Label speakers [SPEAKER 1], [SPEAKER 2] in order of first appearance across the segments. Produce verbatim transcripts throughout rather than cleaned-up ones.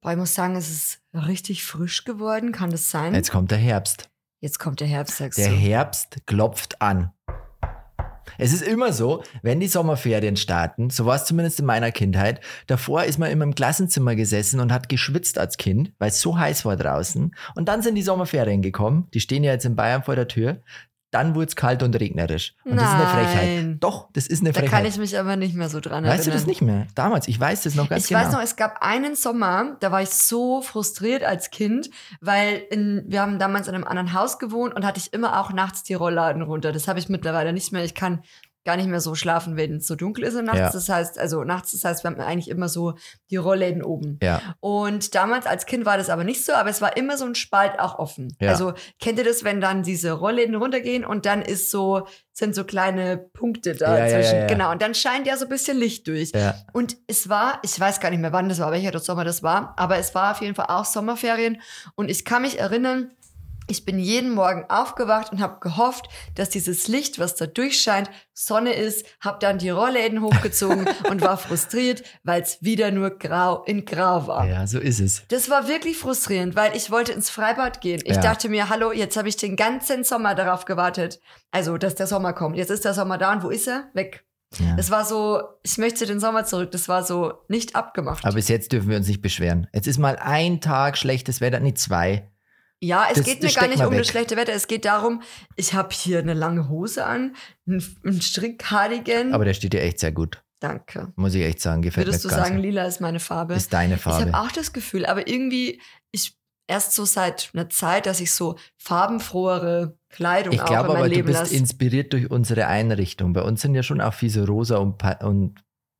[SPEAKER 1] Boah, ich muss sagen, es ist richtig frisch geworden. Kann das sein?
[SPEAKER 2] Jetzt kommt der Herbst.
[SPEAKER 1] Jetzt kommt der Herbst, sagst
[SPEAKER 2] Der
[SPEAKER 1] du.
[SPEAKER 2] Herbst klopft an. Es ist immer so, wenn die Sommerferien starten, so war es zumindest in meiner Kindheit, davor ist man immer im Klassenzimmer gesessen und hat geschwitzt als Kind, weil es so heiß war draußen. Und dann sind die Sommerferien gekommen, die stehen ja jetzt in Bayern vor der Tür. Dann wurde es kalt und regnerisch. Und das ist eine Frechheit.
[SPEAKER 1] Nein.
[SPEAKER 2] Doch, das ist eine
[SPEAKER 1] Da
[SPEAKER 2] Frechheit.
[SPEAKER 1] kann ich mich aber nicht mehr so dran
[SPEAKER 2] Weißt du
[SPEAKER 1] erinnern.
[SPEAKER 2] das nicht mehr? Damals, ich weiß das noch ganz
[SPEAKER 1] Ich
[SPEAKER 2] genau.
[SPEAKER 1] weiß noch, es gab einen Sommer, da war ich so frustriert als Kind, weil in, wir haben damals in einem anderen Haus gewohnt und hatte ich immer auch nachts die Rollladen runter. Das habe ich mittlerweile nicht mehr. Ich kann gar nicht mehr so schlafen, wenn es so dunkel ist und nachts.
[SPEAKER 2] Ja.
[SPEAKER 1] Das heißt, also nachts, das heißt, wir haben eigentlich immer so die Rollläden oben.
[SPEAKER 2] Ja.
[SPEAKER 1] Und damals als Kind war das aber nicht so, aber es war immer so ein Spalt auch offen.
[SPEAKER 2] Ja.
[SPEAKER 1] Also kennt ihr das, wenn dann diese Rollläden runtergehen und dann ist so, sind so kleine Punkte da
[SPEAKER 2] Ja, ja,
[SPEAKER 1] zwischen.
[SPEAKER 2] ja, ja.
[SPEAKER 1] Genau, und dann scheint ja so ein bisschen Licht durch.
[SPEAKER 2] Ja.
[SPEAKER 1] Und es war, ich weiß gar nicht mehr, wann das war, welcher Sommer das war, aber es war auf jeden Fall auch Sommerferien. Und ich kann mich erinnern, ich bin jeden Morgen aufgewacht und habe gehofft, dass dieses Licht, was da durchscheint, Sonne ist, habe dann die Rollläden hochgezogen und war frustriert, weil es wieder nur grau in grau war.
[SPEAKER 2] Ja, so ist es.
[SPEAKER 1] Das war wirklich frustrierend, weil ich wollte ins Freibad gehen. Ich
[SPEAKER 2] Ja.
[SPEAKER 1] dachte mir, hallo, jetzt habe ich den ganzen Sommer darauf gewartet, also dass der Sommer kommt. Jetzt ist der Sommer da und wo ist er? Weg.
[SPEAKER 2] Ja.
[SPEAKER 1] Das war so, ich möchte den Sommer zurück. Das war so nicht abgemacht.
[SPEAKER 2] Aber bis jetzt dürfen wir uns nicht beschweren. Jetzt ist mal ein Tag schlechtes Wetter, nicht zwei.
[SPEAKER 1] Ja, es
[SPEAKER 2] Das-
[SPEAKER 1] geht
[SPEAKER 2] das
[SPEAKER 1] mir gar
[SPEAKER 2] steckt
[SPEAKER 1] nicht
[SPEAKER 2] mal
[SPEAKER 1] um das
[SPEAKER 2] weg.
[SPEAKER 1] schlechte Wetter. Es geht darum, ich habe hier eine lange Hose an, einen, einen Strickcardigan.
[SPEAKER 2] Aber der steht dir echt sehr gut.
[SPEAKER 1] Danke.
[SPEAKER 2] Muss ich echt sagen. Gefällt
[SPEAKER 1] Würdest
[SPEAKER 2] mir
[SPEAKER 1] du
[SPEAKER 2] ganz
[SPEAKER 1] sagen,
[SPEAKER 2] gut.
[SPEAKER 1] lila ist meine Farbe?
[SPEAKER 2] Ist deine
[SPEAKER 1] Ich
[SPEAKER 2] Farbe.
[SPEAKER 1] habe auch das Gefühl, aber irgendwie, ich erst so seit einer Zeit, dass ich so farbenfrohere Kleidung
[SPEAKER 2] Ich
[SPEAKER 1] auch
[SPEAKER 2] glaube
[SPEAKER 1] in mein
[SPEAKER 2] aber, du
[SPEAKER 1] Leben
[SPEAKER 2] bist
[SPEAKER 1] lasse.
[SPEAKER 2] inspiriert durch unsere Einrichtung. Bei uns sind ja schon auch viel so rosa und, pa- und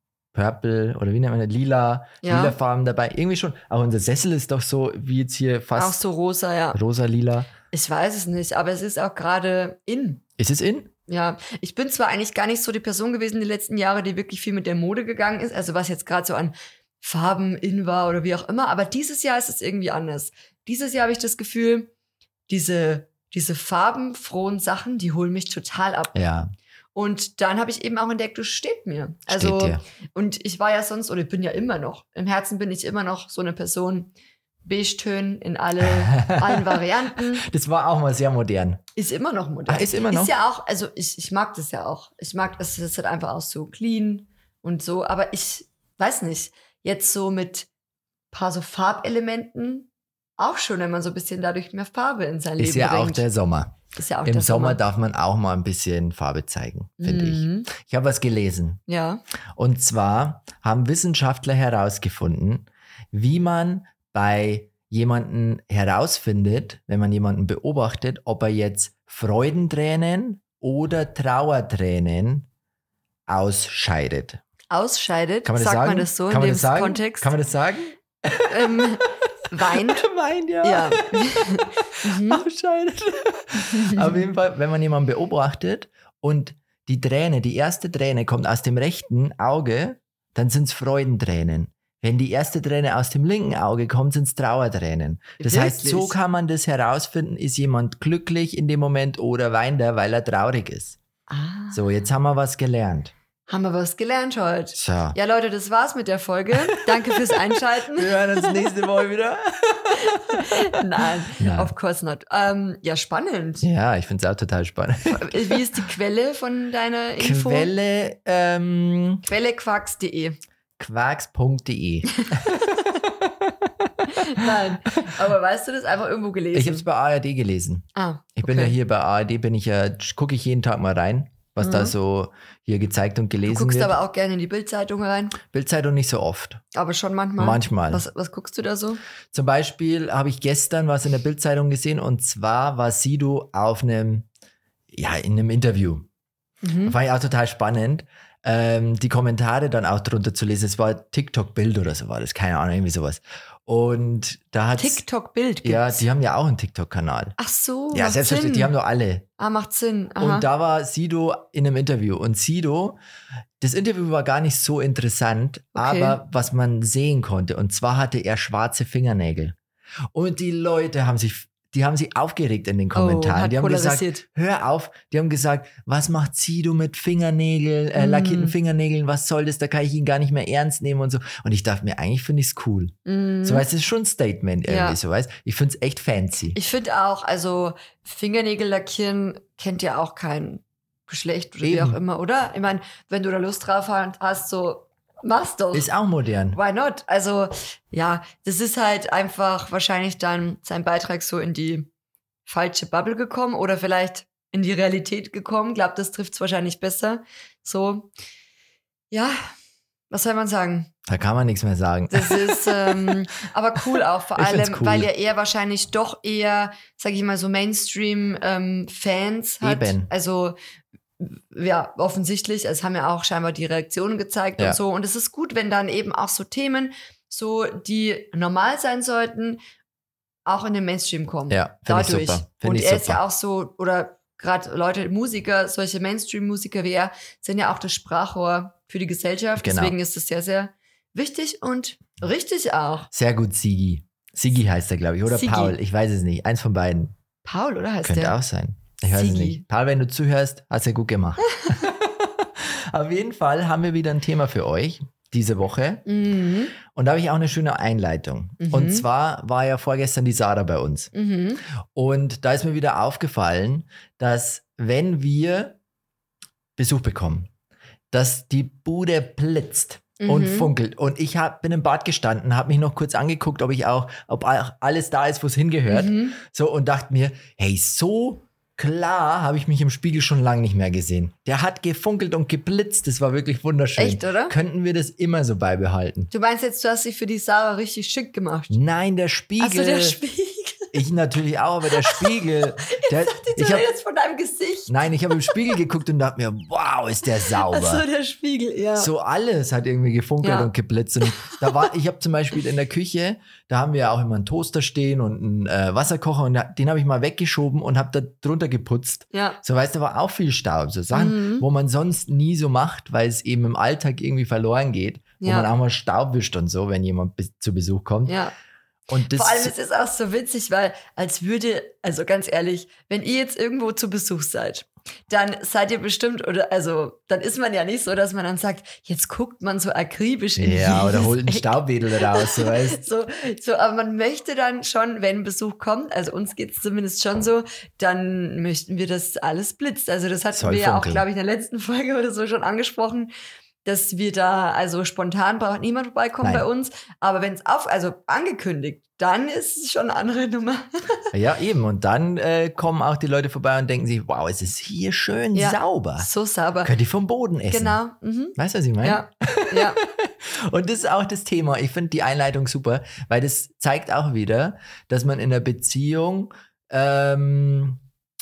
[SPEAKER 2] purple oder wie nennt man das? Lila,
[SPEAKER 1] Ja.
[SPEAKER 2] lila Farben dabei. Irgendwie schon. Auch unser Sessel ist doch so wie jetzt hier
[SPEAKER 1] Auch
[SPEAKER 2] fast
[SPEAKER 1] so rosa, ja.
[SPEAKER 2] rosa, lila.
[SPEAKER 1] Ich weiß es nicht, aber es ist auch gerade in.
[SPEAKER 2] Ist es in?
[SPEAKER 1] Ja, ich bin zwar eigentlich gar nicht so die Person gewesen die letzten Jahre, die wirklich viel mit der Mode gegangen ist, also was jetzt gerade so an Farben in war oder wie auch immer, aber dieses Jahr ist es irgendwie anders. Dieses Jahr habe ich das Gefühl, diese, diese farbenfrohen Sachen, die holen mich total ab.
[SPEAKER 2] Ja.
[SPEAKER 1] Und dann habe ich eben auch entdeckt, das steht mir. Also,
[SPEAKER 2] Steht dir.
[SPEAKER 1] und ich war ja sonst, oder ich bin ja immer noch, im Herzen bin ich immer noch so eine Person, Beige-Tönen in alle, allen Varianten.
[SPEAKER 2] Das war auch mal sehr modern.
[SPEAKER 1] Ist immer noch modern.
[SPEAKER 2] Ah, ist immer noch?
[SPEAKER 1] Ist ja auch, also ich, ich mag das ja auch. Ich mag, es ist halt einfach auch so clean und so. Aber ich weiß nicht, jetzt so mit paar so Farbelementen auch schon, wenn man so ein bisschen dadurch mehr Farbe in sein
[SPEAKER 2] Ist
[SPEAKER 1] Leben
[SPEAKER 2] ja auch
[SPEAKER 1] bringt.
[SPEAKER 2] der Sommer.
[SPEAKER 1] Ist ja auch
[SPEAKER 2] Im
[SPEAKER 1] der
[SPEAKER 2] Sommer,
[SPEAKER 1] Sommer.
[SPEAKER 2] darf man auch mal ein bisschen Farbe zeigen, finde
[SPEAKER 1] Mhm.
[SPEAKER 2] ich. Ich habe was gelesen.
[SPEAKER 1] Ja.
[SPEAKER 2] Und zwar haben Wissenschaftler herausgefunden, wie man bei jemanden herausfindet, wenn man jemanden beobachtet, ob er jetzt Freudentränen oder Trauertränen ausscheidet.
[SPEAKER 1] Ausscheidet,
[SPEAKER 2] Kann man das
[SPEAKER 1] sagt
[SPEAKER 2] sagen?
[SPEAKER 1] man das so
[SPEAKER 2] Kann
[SPEAKER 1] in
[SPEAKER 2] man
[SPEAKER 1] dem
[SPEAKER 2] das sagen?
[SPEAKER 1] Kontext?
[SPEAKER 2] Kann man das sagen?
[SPEAKER 1] ähm, weint.
[SPEAKER 2] Meint ja.
[SPEAKER 1] Ja. Mhm.
[SPEAKER 2] Ausscheidet. Auf jeden Fall, wenn man jemanden beobachtet und die Träne, die erste Träne kommt aus dem rechten Auge, dann sind es Freudentränen. Wenn die erste Träne aus dem linken Auge kommt, sind es Trauertränen. Das heißt, so
[SPEAKER 1] Wirklich?
[SPEAKER 2] kann man das herausfinden, ist jemand glücklich in dem Moment oder weint er, weil er traurig ist.
[SPEAKER 1] Ah,
[SPEAKER 2] So, jetzt haben wir was gelernt.
[SPEAKER 1] haben wir was gelernt heute.
[SPEAKER 2] So.
[SPEAKER 1] Ja, Leute, das war's mit der Folge. Danke fürs Einschalten.
[SPEAKER 2] Wir hören uns nächste Woche wieder.
[SPEAKER 1] Nein,
[SPEAKER 2] Nein.
[SPEAKER 1] of course not. Ähm, ja, spannend.
[SPEAKER 2] Ja, ich finde es auch total spannend.
[SPEAKER 1] Wie ist die Quelle von deiner Info?
[SPEAKER 2] Quelle ähm,
[SPEAKER 1] Quellequarks punkt de.
[SPEAKER 2] quarks punkt de.
[SPEAKER 1] Nein, aber weißt du das einfach irgendwo gelesen?
[SPEAKER 2] Ich habe es bei A R D gelesen.
[SPEAKER 1] ah,
[SPEAKER 2] Ich bin
[SPEAKER 1] okay.
[SPEAKER 2] ja hier bei A R D, bin ich ja, gucke ich jeden Tag mal rein, was
[SPEAKER 1] Mhm.
[SPEAKER 2] da so hier gezeigt und
[SPEAKER 1] Du
[SPEAKER 2] gelesen
[SPEAKER 1] guckst
[SPEAKER 2] wird.
[SPEAKER 1] aber auch gerne in die Bildzeitung rein,
[SPEAKER 2] Bildzeitung nicht so oft.
[SPEAKER 1] aber schon manchmal.
[SPEAKER 2] Manchmal.
[SPEAKER 1] Was, was guckst du da so?
[SPEAKER 2] Zum Beispiel habe ich gestern was in der Bildzeitung gesehen und zwar war Sido auf einem, ja, in einem Interview.
[SPEAKER 1] Mhm.
[SPEAKER 2] War ja auch total spannend, ähm, die Kommentare dann auch drunter zu lesen. Es war TikTok-Bild oder so war das, keine Ahnung, irgendwie sowas. Und da hat
[SPEAKER 1] TikTok-Bild gibt's.
[SPEAKER 2] ja, die haben ja auch einen TikTok-Kanal.
[SPEAKER 1] Ach so,
[SPEAKER 2] Ja,
[SPEAKER 1] macht
[SPEAKER 2] selbstverständlich,
[SPEAKER 1] Sinn.
[SPEAKER 2] die haben doch alle.
[SPEAKER 1] Ah, macht Sinn. Aha.
[SPEAKER 2] Und da war Sido in einem Interview. Und Sido, das Interview war gar nicht so interessant,
[SPEAKER 1] Okay.
[SPEAKER 2] aber was man sehen konnte, und zwar hatte er schwarze Fingernägel. Und die Leute haben sich die haben sich aufgeregt in den Kommentaren.
[SPEAKER 1] hat
[SPEAKER 2] die haben gesagt,
[SPEAKER 1] polarisiert.
[SPEAKER 2] hör auf. Die haben gesagt, was macht Sido mit Fingernägeln, äh,
[SPEAKER 1] Mm.
[SPEAKER 2] lackierten Fingernägeln, was soll das, da kann ich ihn gar nicht mehr ernst nehmen und so. Und ich dachte mir, eigentlich finde ich es cool.
[SPEAKER 1] Mhm.
[SPEAKER 2] So, weißt du, das ist schon ein Statement irgendwie,
[SPEAKER 1] Ja.
[SPEAKER 2] so, weißt ich finde es echt fancy.
[SPEAKER 1] Ich finde auch, also Fingernägel lackieren kennt ja auch kein Geschlecht oder wie
[SPEAKER 2] Eben.
[SPEAKER 1] auch immer, oder? Ich meine, wenn du da Lust drauf hast, so mach's doch.
[SPEAKER 2] Ist auch modern.
[SPEAKER 1] Why not? Also, ja, das ist halt einfach wahrscheinlich dann sein Beitrag so in die falsche Bubble gekommen oder vielleicht in die Realität gekommen. Ich glaube, das trifft es wahrscheinlich besser. So, ja, was soll man sagen?
[SPEAKER 2] Da kann man nichts mehr sagen.
[SPEAKER 1] Das ist ähm, aber cool auch, vor
[SPEAKER 2] Ich find's
[SPEAKER 1] allem,
[SPEAKER 2] cool.
[SPEAKER 1] weil ja er wahrscheinlich doch eher, sag ich mal, so Mainstream-Fans hat.
[SPEAKER 2] Eben.
[SPEAKER 1] Also, ja, offensichtlich. Es haben ja auch scheinbar die Reaktionen gezeigt
[SPEAKER 2] Ja.
[SPEAKER 1] und so. Und es ist gut, wenn dann eben auch so Themen, so die normal sein sollten, auch in den Mainstream kommen.
[SPEAKER 2] Ja, finde ich
[SPEAKER 1] Dadurch.
[SPEAKER 2] super. Find
[SPEAKER 1] Und
[SPEAKER 2] ich
[SPEAKER 1] er ist
[SPEAKER 2] super.
[SPEAKER 1] ja auch so, oder gerade Leute, Musiker, solche Mainstream-Musiker wie er, sind ja auch das Sprachrohr für die Gesellschaft.
[SPEAKER 2] Genau.
[SPEAKER 1] Deswegen ist es sehr, sehr wichtig und richtig auch.
[SPEAKER 2] Sehr gut, Sigi. Sigi heißt er, glaube ich. Oder
[SPEAKER 1] Sigi.
[SPEAKER 2] Paul, ich weiß es nicht. Eins von beiden.
[SPEAKER 1] Paul, oder heißt
[SPEAKER 2] Könnte
[SPEAKER 1] der?
[SPEAKER 2] auch sein. Ich weiß es
[SPEAKER 1] Sigi.
[SPEAKER 2] nicht. Paul, wenn du zuhörst, hast du gut gemacht. Auf jeden Fall haben wir wieder ein Thema für euch diese Woche.
[SPEAKER 1] Mhm.
[SPEAKER 2] Und da habe ich auch eine schöne Einleitung.
[SPEAKER 1] Mhm.
[SPEAKER 2] Und zwar war ja vorgestern die Sarah bei uns.
[SPEAKER 1] Mhm.
[SPEAKER 2] Und da ist mir wieder aufgefallen, dass wenn wir Besuch bekommen, dass die Bude blitzt und
[SPEAKER 1] Mhm.
[SPEAKER 2] funkelt. Und ich hab, bin im Bad gestanden, habe mich noch kurz angeguckt, ob ich auch, ob auch alles da ist, wo es hingehört.
[SPEAKER 1] Mhm.
[SPEAKER 2] So, und dachte mir, hey, so klar habe ich mich im Spiegel schon lange nicht mehr gesehen. Der hat gefunkelt und geblitzt. Das war wirklich wunderschön.
[SPEAKER 1] Echt, oder?
[SPEAKER 2] Könnten wir das immer so beibehalten?
[SPEAKER 1] Du meinst jetzt, du hast dich für die Sarah richtig schick gemacht?
[SPEAKER 2] Nein, der Spiegel.
[SPEAKER 1] Also der Spiegel.
[SPEAKER 2] Ich natürlich auch, aber der Spiegel. Der,
[SPEAKER 1] Ich
[SPEAKER 2] ich hab,
[SPEAKER 1] jetzt von deinem Gesicht.
[SPEAKER 2] nein, ich habe im Spiegel geguckt und dachte mir, wow, ist der sauber.
[SPEAKER 1] Achso, der Spiegel, ja.
[SPEAKER 2] So alles hat irgendwie gefunkelt
[SPEAKER 1] Ja.
[SPEAKER 2] und geblitzt. Und da war, ich habe zum Beispiel in der Küche, da haben wir ja auch immer einen Toaster stehen und einen äh, Wasserkocher und da, den habe ich mal weggeschoben und habe da drunter geputzt.
[SPEAKER 1] Ja.
[SPEAKER 2] So, weißt du, da war auch viel Staub. So Sachen,
[SPEAKER 1] Mhm.
[SPEAKER 2] wo man sonst nie so macht, weil es eben im Alltag irgendwie verloren geht. Wo
[SPEAKER 1] Ja.
[SPEAKER 2] man auch mal Staub wischt und so, wenn jemand bis, zu Besuch kommt.
[SPEAKER 1] Ja.
[SPEAKER 2] Und das,
[SPEAKER 1] Vor allem ist es auch so witzig, weil als würde, also ganz ehrlich, wenn ihr jetzt irgendwo zu Besuch seid, dann seid ihr bestimmt, oder also dann ist man ja nicht so, dass man dann sagt, jetzt guckt man so akribisch in
[SPEAKER 2] ja, oder
[SPEAKER 1] jedes
[SPEAKER 2] holt einen
[SPEAKER 1] Eck.
[SPEAKER 2] Staubwedel raus, so weißt.
[SPEAKER 1] So, so, aber man möchte dann schon, wenn Besuch kommt, also uns geht es zumindest schon so, dann möchten wir, dass alles blitzt. Also das hatten
[SPEAKER 2] Soll
[SPEAKER 1] wir ja auch,
[SPEAKER 2] funkeln.
[SPEAKER 1] glaube ich, in der letzten Folge oder so schon angesprochen, dass wir da, also spontan braucht niemand vorbeikommen
[SPEAKER 2] Nein.
[SPEAKER 1] bei uns, aber wenn es auf, also angekündigt, dann ist es schon eine andere Nummer.
[SPEAKER 2] Ja, eben. Und dann äh, kommen auch die Leute vorbei und denken sich, wow, es ist hier schön
[SPEAKER 1] Ja.
[SPEAKER 2] sauber.
[SPEAKER 1] So sauber.
[SPEAKER 2] Könnt ihr vom Boden essen.
[SPEAKER 1] Genau. Mhm.
[SPEAKER 2] Weißt du, was ich meine?
[SPEAKER 1] Ja. Ja.
[SPEAKER 2] Und das ist auch das Thema. Ich finde die Einleitung super, weil das zeigt auch wieder, dass man in der Beziehung ähm,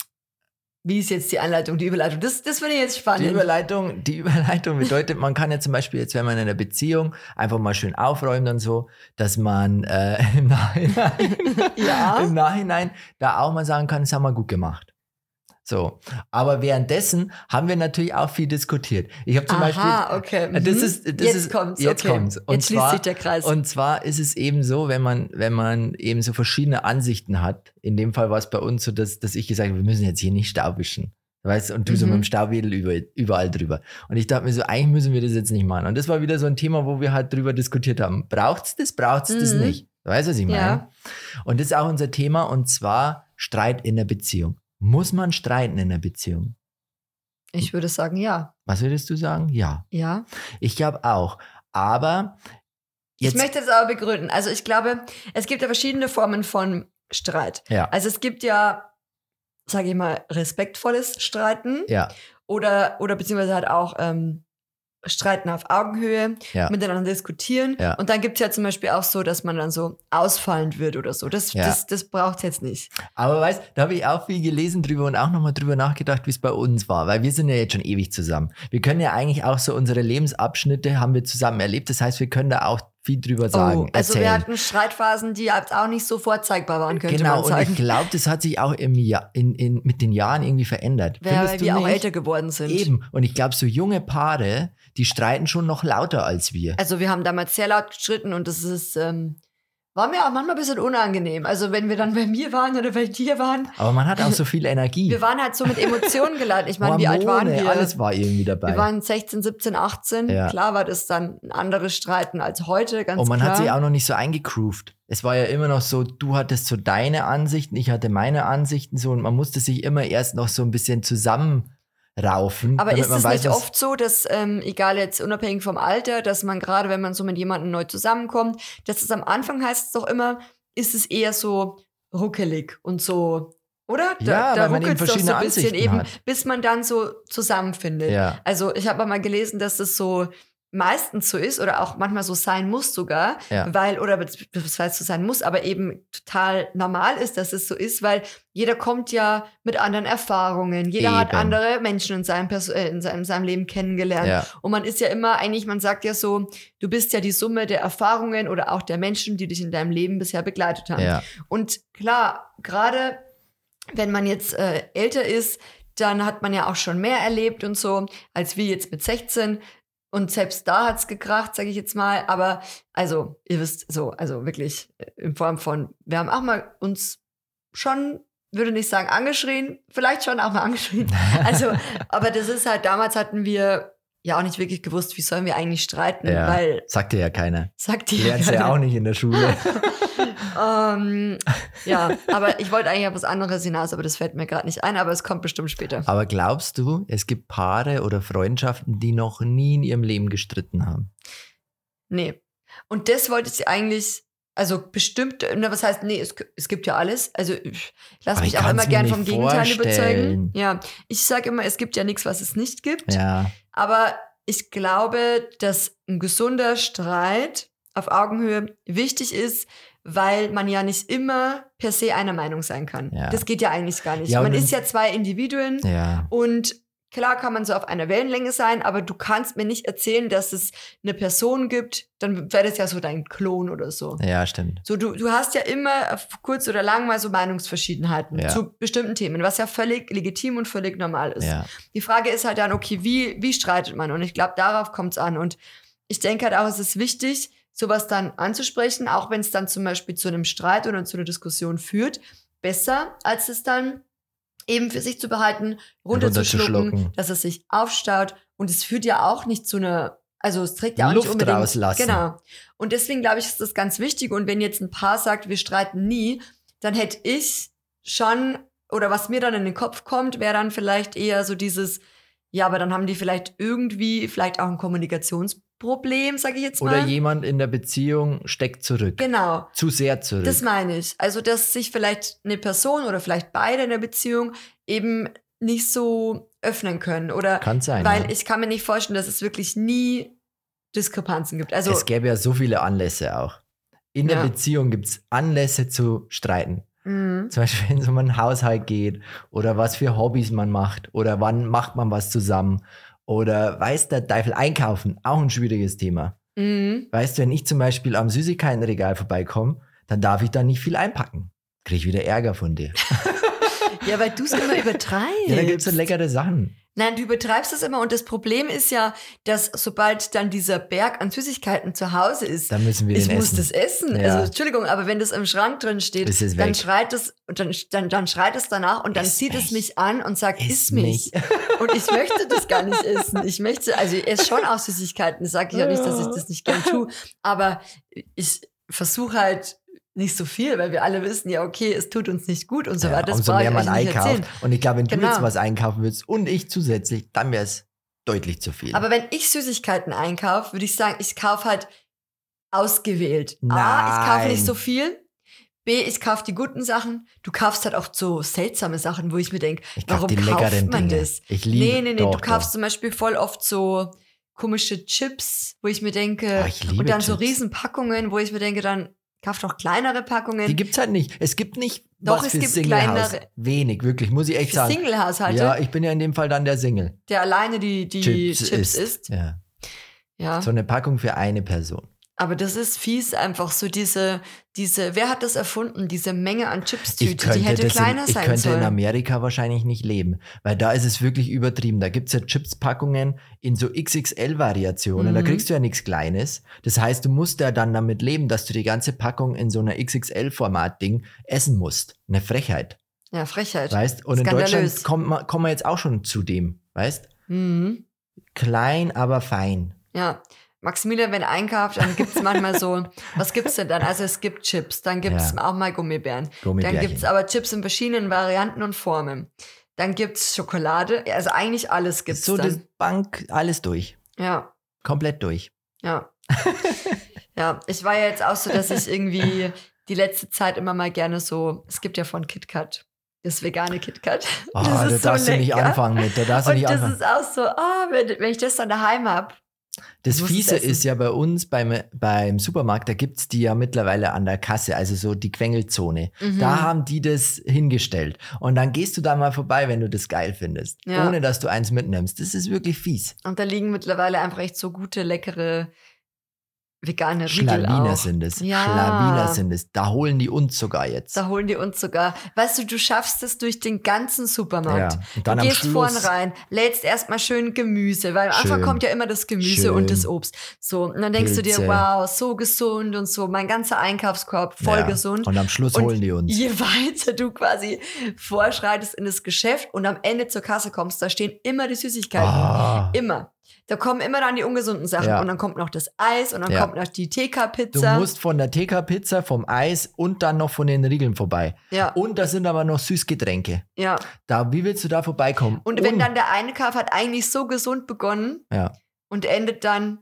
[SPEAKER 1] Wie ist jetzt die Anleitung, die Überleitung? Das, das finde ich jetzt
[SPEAKER 2] die
[SPEAKER 1] spannend.
[SPEAKER 2] Überleitung, die Überleitung bedeutet, man kann ja zum Beispiel jetzt, wenn man in einer Beziehung einfach mal schön aufräumt und so, dass man äh, im Nachhinein,
[SPEAKER 1] Ja.
[SPEAKER 2] im Nachhinein da auch mal sagen kann, das haben wir gut gemacht. So, aber währenddessen haben wir natürlich auch viel diskutiert. Ich habe zum
[SPEAKER 1] Aha,
[SPEAKER 2] Beispiel,
[SPEAKER 1] okay.
[SPEAKER 2] äh, das
[SPEAKER 1] Mhm.
[SPEAKER 2] ist, das
[SPEAKER 1] jetzt
[SPEAKER 2] ist,
[SPEAKER 1] kommt's.
[SPEAKER 2] jetzt
[SPEAKER 1] okay.
[SPEAKER 2] kommt's. Und
[SPEAKER 1] jetzt schließt
[SPEAKER 2] zwar,
[SPEAKER 1] sich der Kreis.
[SPEAKER 2] Und zwar ist es eben so, wenn man, wenn man eben so verschiedene Ansichten hat. In dem Fall war es bei uns so, dass, dass ich gesagt habe, wir müssen jetzt hier nicht Staub wischen. Weißt du, und du so
[SPEAKER 1] Mhm.
[SPEAKER 2] mit dem Staubwedel über, überall drüber. Und ich dachte mir so, eigentlich müssen wir das jetzt nicht machen. Und das war wieder so ein Thema, wo wir halt drüber diskutiert haben. Braucht's das, braucht's das
[SPEAKER 1] Mhm.
[SPEAKER 2] nicht? Weißt du, was ich meine?
[SPEAKER 1] Ja.
[SPEAKER 2] Und das ist auch unser Thema, und zwar Streit in der Beziehung. Muss man streiten in der Beziehung?
[SPEAKER 1] Ich würde sagen, ja.
[SPEAKER 2] Was würdest du sagen? Ja.
[SPEAKER 1] Ja.
[SPEAKER 2] Ich glaube auch. Aber jetzt,
[SPEAKER 1] Ich möchte das aber begründen. Also ich glaube, es gibt ja verschiedene Formen von Streit.
[SPEAKER 2] ja,
[SPEAKER 1] Also es gibt ja, sage ich mal, respektvolles Streiten
[SPEAKER 2] ja,
[SPEAKER 1] oder, oder beziehungsweise halt auch ähm, Streiten auf Augenhöhe,
[SPEAKER 2] ja.
[SPEAKER 1] miteinander diskutieren.
[SPEAKER 2] Ja.
[SPEAKER 1] Und dann gibt es ja zum Beispiel auch so, dass man dann so ausfallend wird oder so. Das,
[SPEAKER 2] Ja.
[SPEAKER 1] das, das braucht es jetzt nicht.
[SPEAKER 2] Aber weißt, da habe ich auch viel gelesen drüber und auch nochmal drüber nachgedacht, wie es bei uns war, weil wir sind ja jetzt schon ewig zusammen. Wir können ja eigentlich auch so unsere Lebensabschnitte haben wir zusammen erlebt. Das heißt, wir können da auch viel drüber sagen,
[SPEAKER 1] Oh, also
[SPEAKER 2] erzählen.
[SPEAKER 1] wir hatten Streitphasen, die jetzt auch nicht so vorzeigbar waren, könnte
[SPEAKER 2] Genau,
[SPEAKER 1] man
[SPEAKER 2] und
[SPEAKER 1] sagen.
[SPEAKER 2] ich glaube, das hat sich auch im Jahr, in, in, mit den Jahren irgendwie verändert.
[SPEAKER 1] Weil
[SPEAKER 2] Findest du
[SPEAKER 1] wir auch
[SPEAKER 2] nicht?
[SPEAKER 1] älter geworden sind.
[SPEAKER 2] Eben. Und ich glaube, so junge Paare, die streiten schon noch lauter als wir.
[SPEAKER 1] Also wir haben damals sehr laut gestritten und das ist, ähm, War mir auch manchmal ein bisschen unangenehm. Also wenn wir dann bei mir waren oder bei dir waren.
[SPEAKER 2] Aber man hat auch so viel Energie.
[SPEAKER 1] Wir waren halt so mit Emotionen geladen. Ich meine, wie alt waren wir?
[SPEAKER 2] Alles war irgendwie dabei.
[SPEAKER 1] Wir waren sechzehn, siebzehn, achtzehn.
[SPEAKER 2] Ja.
[SPEAKER 1] Klar war das dann ein anderes Streiten als heute, ganz klar.
[SPEAKER 2] Und man
[SPEAKER 1] klar.
[SPEAKER 2] hat sich auch noch nicht so eingegroovt. Es war ja immer noch so, du hattest so deine Ansichten, ich hatte meine Ansichten so und man musste sich immer erst noch so ein bisschen zusammenraufen.
[SPEAKER 1] Aber ist
[SPEAKER 2] man
[SPEAKER 1] es
[SPEAKER 2] weiß,
[SPEAKER 1] nicht
[SPEAKER 2] was-
[SPEAKER 1] oft so, dass, ähm, egal jetzt unabhängig vom Alter, dass man gerade, wenn man so mit jemandem neu zusammenkommt, dass es am Anfang heißt es doch immer, ist es eher so ruckelig und so, oder?
[SPEAKER 2] Ja, weil man eben
[SPEAKER 1] ruckelt's doch
[SPEAKER 2] verschiedene
[SPEAKER 1] so ein bisschen
[SPEAKER 2] Ansichten
[SPEAKER 1] eben,
[SPEAKER 2] hat.
[SPEAKER 1] bis man dann so zusammenfindet.
[SPEAKER 2] Ja.
[SPEAKER 1] Also ich habe mal gelesen, dass es so meistens so ist oder auch manchmal so sein muss sogar,
[SPEAKER 2] Ja.
[SPEAKER 1] weil, oder was heißt so sein muss, aber eben total normal ist, dass es so ist, weil jeder kommt ja mit anderen Erfahrungen, jeder hat
[SPEAKER 2] Eben.
[SPEAKER 1] andere Menschen in seinem, Perso äh, in seinem, in seinem Leben kennengelernt
[SPEAKER 2] Ja.
[SPEAKER 1] und man ist ja immer eigentlich, man sagt ja so, du bist ja die Summe der Erfahrungen oder auch der Menschen, die dich in deinem Leben bisher begleitet haben.
[SPEAKER 2] Ja.
[SPEAKER 1] Und klar, gerade wenn man jetzt äh, älter ist, dann hat man ja auch schon mehr erlebt und so, als wir jetzt mit sechzehn. Und selbst da hat's gekracht, sage ich jetzt mal. Aber also, ihr wisst, so, also wirklich äh, in Form von, wir haben auch mal uns schon, würde nicht sagen angeschrien, vielleicht schon auch mal angeschrien. Also, aber das ist halt, damals hatten wir ja auch nicht wirklich gewusst, wie sollen wir eigentlich streiten,
[SPEAKER 2] Ja.
[SPEAKER 1] weil,
[SPEAKER 2] Sagte ja keiner.
[SPEAKER 1] sagt die
[SPEAKER 2] Lernst du ja auch nicht in der Schule.
[SPEAKER 1] ähm, ja, aber ich wollte eigentlich auf was anderes hinaus, aber das fällt mir gerade nicht ein, aber es kommt bestimmt später.
[SPEAKER 2] Aber glaubst du, es gibt Paare oder Freundschaften, die noch nie in ihrem Leben gestritten haben?
[SPEAKER 1] Nee. Und das wollte ich eigentlich, also bestimmt, na, was heißt, nee, es, es gibt ja alles. Also ich lass
[SPEAKER 2] Aber
[SPEAKER 1] mich
[SPEAKER 2] ich
[SPEAKER 1] auch
[SPEAKER 2] kann's
[SPEAKER 1] immer
[SPEAKER 2] mir
[SPEAKER 1] gern
[SPEAKER 2] nicht
[SPEAKER 1] vom Gegenteil
[SPEAKER 2] vorstellen.
[SPEAKER 1] überzeugen. Ja, ich sage immer, es gibt ja nichts, was es nicht gibt.
[SPEAKER 2] Ja.
[SPEAKER 1] Aber ich glaube, dass ein gesunder Streit auf Augenhöhe wichtig ist, weil man ja nicht immer per se einer Meinung sein kann.
[SPEAKER 2] Ja.
[SPEAKER 1] Das geht ja eigentlich gar nicht.
[SPEAKER 2] Ja,
[SPEAKER 1] man
[SPEAKER 2] und-
[SPEAKER 1] ist ja zwei Individuen
[SPEAKER 2] Ja.
[SPEAKER 1] und klar kann man so auf einer Wellenlänge sein, aber du kannst mir nicht erzählen, dass es eine Person gibt, dann wäre das ja so dein Klon oder so.
[SPEAKER 2] Ja, stimmt.
[SPEAKER 1] So, du, du hast ja immer auf kurz oder lang mal so Meinungsverschiedenheiten
[SPEAKER 2] Ja.
[SPEAKER 1] zu bestimmten Themen, was ja völlig legitim und völlig normal ist.
[SPEAKER 2] Ja.
[SPEAKER 1] Die Frage ist halt dann, okay, wie, wie streitet man? Und ich glaube, darauf kommt es an. Und ich denke halt auch, es ist wichtig, sowas dann anzusprechen, auch wenn es dann zum Beispiel zu einem Streit oder zu einer Diskussion führt. Besser, als es dann eben für sich zu behalten, runterzuschlucken,
[SPEAKER 2] Runterzuschlucken.
[SPEAKER 1] dass es sich aufstaut. Und es führt ja auch nicht zu einer, also es trägt ja auch
[SPEAKER 2] Luft
[SPEAKER 1] nicht unbedingt.
[SPEAKER 2] rauslassen.
[SPEAKER 1] Genau. Und deswegen glaube ich, ist das ganz wichtig. Und wenn jetzt ein Paar sagt, wir streiten nie, dann hätte ich schon, oder was mir dann in den Kopf kommt, wäre dann vielleicht eher so dieses, ja, aber dann haben die vielleicht irgendwie, vielleicht auch ein Kommunikationsproblem, sage ich jetzt mal.
[SPEAKER 2] Oder jemand in der Beziehung steckt zurück.
[SPEAKER 1] Genau.
[SPEAKER 2] Zu sehr zurück.
[SPEAKER 1] Das meine ich. Also, dass sich vielleicht eine Person oder vielleicht beide in der Beziehung eben nicht so öffnen können. Oder
[SPEAKER 2] Kann sein.
[SPEAKER 1] weil
[SPEAKER 2] ja.
[SPEAKER 1] ich kann mir nicht vorstellen, dass es wirklich nie Diskrepanzen gibt. Also,
[SPEAKER 2] Es gäbe ja so viele Anlässe auch. In der
[SPEAKER 1] Ja.
[SPEAKER 2] Beziehung gibt es Anlässe zu streiten.
[SPEAKER 1] mh,
[SPEAKER 2] Zum Beispiel, wenn es um einen Haushalt geht oder was für Hobbys man macht oder wann macht man was zusammen oder weiß der Teufel einkaufen, auch ein schwieriges Thema.
[SPEAKER 1] mh.
[SPEAKER 2] Weißt du, wenn ich zum Beispiel am Süßigkeitenregal vorbeikomme, dann darf ich da nicht viel einpacken. Kriege ich wieder Ärger von dir.
[SPEAKER 1] Ja, weil du es immer übertreibst.
[SPEAKER 2] Ja, da gibt es so leckere Sachen.
[SPEAKER 1] Nein, du übertreibst es immer und das Problem ist ja, dass sobald dann dieser Berg an Süßigkeiten zu Hause ist,
[SPEAKER 2] Dann müssen wir
[SPEAKER 1] ich
[SPEAKER 2] den
[SPEAKER 1] muss
[SPEAKER 2] essen.
[SPEAKER 1] das essen.
[SPEAKER 2] Ja.
[SPEAKER 1] Also Entschuldigung, aber wenn das im Schrank drin steht,
[SPEAKER 2] Ist es
[SPEAKER 1] dann
[SPEAKER 2] weg.
[SPEAKER 1] schreit es und dann, dann, dann schreit es danach und dann
[SPEAKER 2] Iss
[SPEAKER 1] zieht
[SPEAKER 2] mich.
[SPEAKER 1] es mich an und sagt,
[SPEAKER 2] Iss
[SPEAKER 1] iss mich. Und ich möchte das gar nicht essen. Ich möchte, also ich esse schon auch Süßigkeiten. Das sage ich ja nicht, dass ich das nicht gern tue. Aber ich versuche halt nicht so viel, weil wir alle wissen, ja, okay, es tut uns nicht gut und so
[SPEAKER 2] Ja,
[SPEAKER 1] weiter. Das
[SPEAKER 2] umso
[SPEAKER 1] brauche
[SPEAKER 2] mehr
[SPEAKER 1] ich
[SPEAKER 2] man
[SPEAKER 1] euch nicht
[SPEAKER 2] einkauft.
[SPEAKER 1] erzählen.
[SPEAKER 2] Und ich glaube, wenn du
[SPEAKER 1] Genau.
[SPEAKER 2] jetzt was einkaufen würdest und ich zusätzlich, dann wäre es deutlich zu viel.
[SPEAKER 1] Aber wenn ich Süßigkeiten einkaufe, würde ich sagen, ich kaufe halt ausgewählt. A, ich kaufe
[SPEAKER 2] Nein.
[SPEAKER 1] nicht so viel. B, ich kaufe die guten Sachen. Du kaufst halt auch so seltsame Sachen, wo ich mir denke,
[SPEAKER 2] ich kauf
[SPEAKER 1] warum
[SPEAKER 2] die
[SPEAKER 1] kauft
[SPEAKER 2] leckeren
[SPEAKER 1] man
[SPEAKER 2] Dinge.
[SPEAKER 1] das?
[SPEAKER 2] Ich liebe
[SPEAKER 1] Nee, nee, nee,
[SPEAKER 2] doch,
[SPEAKER 1] du kaufst
[SPEAKER 2] doch.
[SPEAKER 1] zum Beispiel voll oft so komische Chips, wo ich mir denke,
[SPEAKER 2] Oh, ich liebe
[SPEAKER 1] und dann so
[SPEAKER 2] Chips.
[SPEAKER 1] Riesenpackungen, wo ich mir denke, dann kauf doch kleinere Packungen.
[SPEAKER 2] Die gibt's halt nicht. Es gibt nicht
[SPEAKER 1] Doch,
[SPEAKER 2] was
[SPEAKER 1] es
[SPEAKER 2] für
[SPEAKER 1] gibt
[SPEAKER 2] Single-Haus.
[SPEAKER 1] kleinere-
[SPEAKER 2] Wenig, wirklich, muss ich echt
[SPEAKER 1] für
[SPEAKER 2] sagen.
[SPEAKER 1] Single-Haushalte,
[SPEAKER 2] Ja, ich bin ja in dem Fall dann der Single.
[SPEAKER 1] der alleine die, die Chips, isst.
[SPEAKER 2] Ja.
[SPEAKER 1] Ja.
[SPEAKER 2] So eine Packung für eine Person.
[SPEAKER 1] Aber das ist fies, einfach so diese, diese, wer hat das erfunden, diese Menge an
[SPEAKER 2] Ich
[SPEAKER 1] Chipstüte, die
[SPEAKER 2] könnte,
[SPEAKER 1] hätte
[SPEAKER 2] das
[SPEAKER 1] kleiner
[SPEAKER 2] in, ich
[SPEAKER 1] sein
[SPEAKER 2] könnte in
[SPEAKER 1] sollen.
[SPEAKER 2] Amerika wahrscheinlich nicht leben, weil da ist es wirklich übertrieben. Da gibt's ja Chips-Packungen in so X X L-Variationen, da
[SPEAKER 1] Mhm.
[SPEAKER 2] kriegst du ja nichts Kleines. Das heißt, du musst ja dann damit leben, dass du die ganze Packung in so einer X X L-Format-Ding essen musst. Eine Frechheit,
[SPEAKER 1] Ja, Frechheit.
[SPEAKER 2] weißt? Und in
[SPEAKER 1] Skandalös.
[SPEAKER 2] Deutschland kommt man, kommen wir jetzt auch schon zu dem, weißt?
[SPEAKER 1] Mhm.
[SPEAKER 2] Klein, aber fein.
[SPEAKER 1] Ja. Maximilian, wenn er einkauft, dann gibt's manchmal so, was gibt's denn dann? Also es gibt Chips, dann gibt's
[SPEAKER 2] Ja.
[SPEAKER 1] auch mal Gummibären. Dann
[SPEAKER 2] Gummibärchen.
[SPEAKER 1] gibt's aber Chips in verschiedenen Varianten und Formen. Dann gibt's Schokolade, also eigentlich alles gibt's
[SPEAKER 2] So das
[SPEAKER 1] dann.
[SPEAKER 2] Bank, alles durch.
[SPEAKER 1] Ja,
[SPEAKER 2] Komplett durch.
[SPEAKER 1] ja. Ja, ich war ja jetzt auch so, dass ich irgendwie die letzte Zeit immer mal gerne so, es gibt ja von KitKat, das vegane KitKat.
[SPEAKER 2] Oh,
[SPEAKER 1] Das
[SPEAKER 2] da
[SPEAKER 1] ist so
[SPEAKER 2] darfst du nicht
[SPEAKER 1] lecker.
[SPEAKER 2] anfangen mit. Da darfst du
[SPEAKER 1] Und
[SPEAKER 2] nicht
[SPEAKER 1] das
[SPEAKER 2] anfangen.
[SPEAKER 1] ist auch so, ah, wenn, wenn ich das dann daheim hab.
[SPEAKER 2] Das
[SPEAKER 1] muss es
[SPEAKER 2] Fiese
[SPEAKER 1] essen.
[SPEAKER 2] ist ja bei uns beim, beim Supermarkt, da gibt's die ja mittlerweile an der Kasse, also so die Quengelzone.
[SPEAKER 1] Mhm.
[SPEAKER 2] Da haben die das hingestellt. Und dann gehst du da mal vorbei, wenn du das geil findest.
[SPEAKER 1] Ja.
[SPEAKER 2] Ohne, dass du eins mitnimmst. Das ist wirklich fies.
[SPEAKER 1] Und da liegen mittlerweile einfach echt so gute, leckere vegane Riegel
[SPEAKER 2] Schlawiner
[SPEAKER 1] auch.
[SPEAKER 2] sind es.
[SPEAKER 1] Ja.
[SPEAKER 2] Schlawiner sind es. Da holen die uns sogar jetzt.
[SPEAKER 1] Da holen die uns sogar. Weißt du, du schaffst es durch den ganzen Supermarkt.
[SPEAKER 2] Ja. Und dann
[SPEAKER 1] du
[SPEAKER 2] am
[SPEAKER 1] gehst vorn
[SPEAKER 2] Schluss-
[SPEAKER 1] rein, lädst erstmal schön Gemüse, weil am Anfang
[SPEAKER 2] Schön.
[SPEAKER 1] kommt ja immer das Gemüse
[SPEAKER 2] Schön.
[SPEAKER 1] und das Obst. So, und dann denkst du
[SPEAKER 2] Pilze.
[SPEAKER 1] dir, wow, so gesund und so, mein ganzer Einkaufskorb voll
[SPEAKER 2] Ja.
[SPEAKER 1] gesund.
[SPEAKER 2] Und am Schluss
[SPEAKER 1] Und
[SPEAKER 2] holen die uns.
[SPEAKER 1] Je weiter du quasi vorschreitest in das Geschäft und am Ende zur Kasse kommst, da stehen immer die Süßigkeiten.
[SPEAKER 2] Ah.
[SPEAKER 1] Immer. Da kommen immer dann die ungesunden Sachen.
[SPEAKER 2] Ja.
[SPEAKER 1] Und dann kommt noch das Eis und dann
[SPEAKER 2] Ja.
[SPEAKER 1] kommt noch die T
[SPEAKER 2] Du
[SPEAKER 1] K-Pizza.
[SPEAKER 2] musst von der T K-Pizza, vom Eis und dann noch von den Riegeln vorbei.
[SPEAKER 1] Ja,
[SPEAKER 2] Und da sind aber noch Süßgetränke.
[SPEAKER 1] ja.
[SPEAKER 2] Da, wie willst du da vorbeikommen?
[SPEAKER 1] Und wenn dann der Einkauf hat eigentlich so gesund begonnen
[SPEAKER 2] Ja,
[SPEAKER 1] und endet dann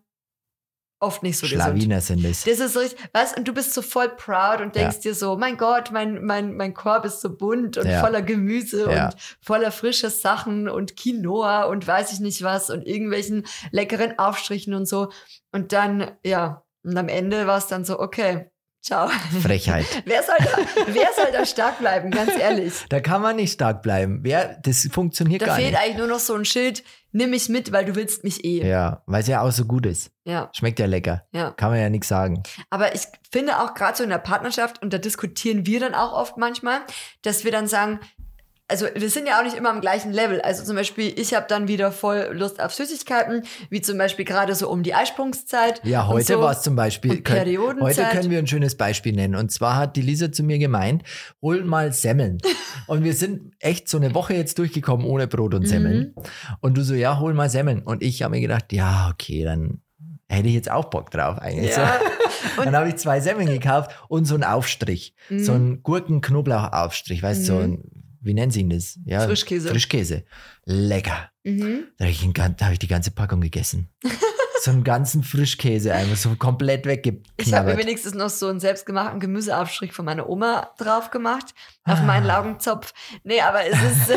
[SPEAKER 1] oft nicht so gesund.
[SPEAKER 2] Schlawiner sind es.
[SPEAKER 1] Das ist so richtig, weißt, und du bist so voll proud und denkst dir so, mein Gott, mein, mein, mein Korb ist so bunt und
[SPEAKER 2] Ja.
[SPEAKER 1] voller Gemüse
[SPEAKER 2] Ja.
[SPEAKER 1] und voller frische Sachen und Quinoa und weiß ich nicht was und irgendwelchen leckeren Aufstrichen und so. Und dann, ja, und am Ende war es dann so, okay, ciao.
[SPEAKER 2] Frechheit.
[SPEAKER 1] Wer soll da, wer soll da stark bleiben, ganz ehrlich?
[SPEAKER 2] Da kann man nicht stark bleiben. Wer, das funktioniert
[SPEAKER 1] Da
[SPEAKER 2] gar
[SPEAKER 1] fehlt
[SPEAKER 2] nicht.
[SPEAKER 1] eigentlich nur noch so ein Schild, nimm mich mit, weil du willst mich eh.
[SPEAKER 2] Ja, weil es ja auch so gut ist.
[SPEAKER 1] Ja,
[SPEAKER 2] Schmeckt ja lecker.
[SPEAKER 1] ja.
[SPEAKER 2] Kann man ja nichts sagen.
[SPEAKER 1] Aber ich finde auch gerade so in der Partnerschaft, und da diskutieren wir dann auch oft manchmal, dass wir dann sagen, also wir sind ja auch nicht immer am gleichen Level. Also zum Beispiel, ich habe dann wieder voll Lust auf Süßigkeiten, wie zum Beispiel gerade so um die Eisprungszeit.
[SPEAKER 2] Ja,
[SPEAKER 1] und
[SPEAKER 2] heute
[SPEAKER 1] so.
[SPEAKER 2] war es zum Beispiel.
[SPEAKER 1] Und
[SPEAKER 2] Könnt,
[SPEAKER 1] Periodenzeit.
[SPEAKER 2] heute können wir ein schönes Beispiel nennen. Und zwar hat die Lisa zu mir gemeint, hol mal Semmeln. Und wir sind echt so eine Woche jetzt durchgekommen ohne Brot und Semmeln.
[SPEAKER 1] Mhm.
[SPEAKER 2] Und du so, ja, hol mal Semmeln. Und ich habe mir gedacht, ja, okay, dann hätte ich jetzt auch Bock drauf eigentlich.
[SPEAKER 1] Ja.
[SPEAKER 2] So. Dann habe ich zwei Semmeln gekauft und so einen Aufstrich.
[SPEAKER 1] Mhm.
[SPEAKER 2] So einen Gurken-Knoblauch-Aufstrich. Weißt du, so ein, wie nennen sie ihn das? Ja,
[SPEAKER 1] Frischkäse.
[SPEAKER 2] Frischkäse. Lecker.
[SPEAKER 1] Mhm.
[SPEAKER 2] Da habe ich, den gan- da hab ich die ganze Packung gegessen. So einen ganzen Frischkäse einfach so komplett
[SPEAKER 1] Ich habe mir
[SPEAKER 2] weggeknabbert.
[SPEAKER 1] wenigstens noch so einen selbstgemachten Gemüseaufstrich von meiner Oma drauf gemacht, auf meinen Laugenzopf. Nee, aber es ist,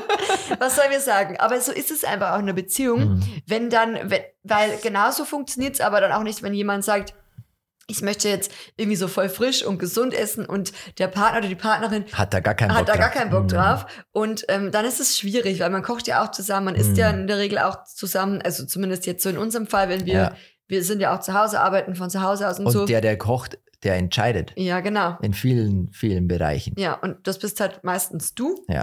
[SPEAKER 1] was sollen wir sagen? Aber so ist es einfach auch in einer Beziehung,
[SPEAKER 2] Mhm.
[SPEAKER 1] wenn dann, wenn, weil genauso funktioniert es aber dann auch nicht, wenn jemand sagt, ich möchte jetzt irgendwie so voll frisch und gesund essen und der Partner oder die Partnerin
[SPEAKER 2] Hat da gar keinen Bock
[SPEAKER 1] hat da
[SPEAKER 2] drauf.
[SPEAKER 1] gar keinen Bock
[SPEAKER 2] Mhm.
[SPEAKER 1] drauf. Und ähm, dann ist es schwierig, weil man kocht ja auch zusammen, man isst
[SPEAKER 2] Mhm.
[SPEAKER 1] ja in der Regel auch zusammen, also zumindest jetzt so in unserem Fall, wenn wir,
[SPEAKER 2] Ja.
[SPEAKER 1] wir sind ja auch zu Hause, arbeiten von zu Hause aus und,
[SPEAKER 2] Und
[SPEAKER 1] so.
[SPEAKER 2] der, der kocht, der entscheidet.
[SPEAKER 1] Ja, genau.
[SPEAKER 2] In vielen, vielen Bereichen.
[SPEAKER 1] Ja, und das bist halt meistens du.
[SPEAKER 2] Ja.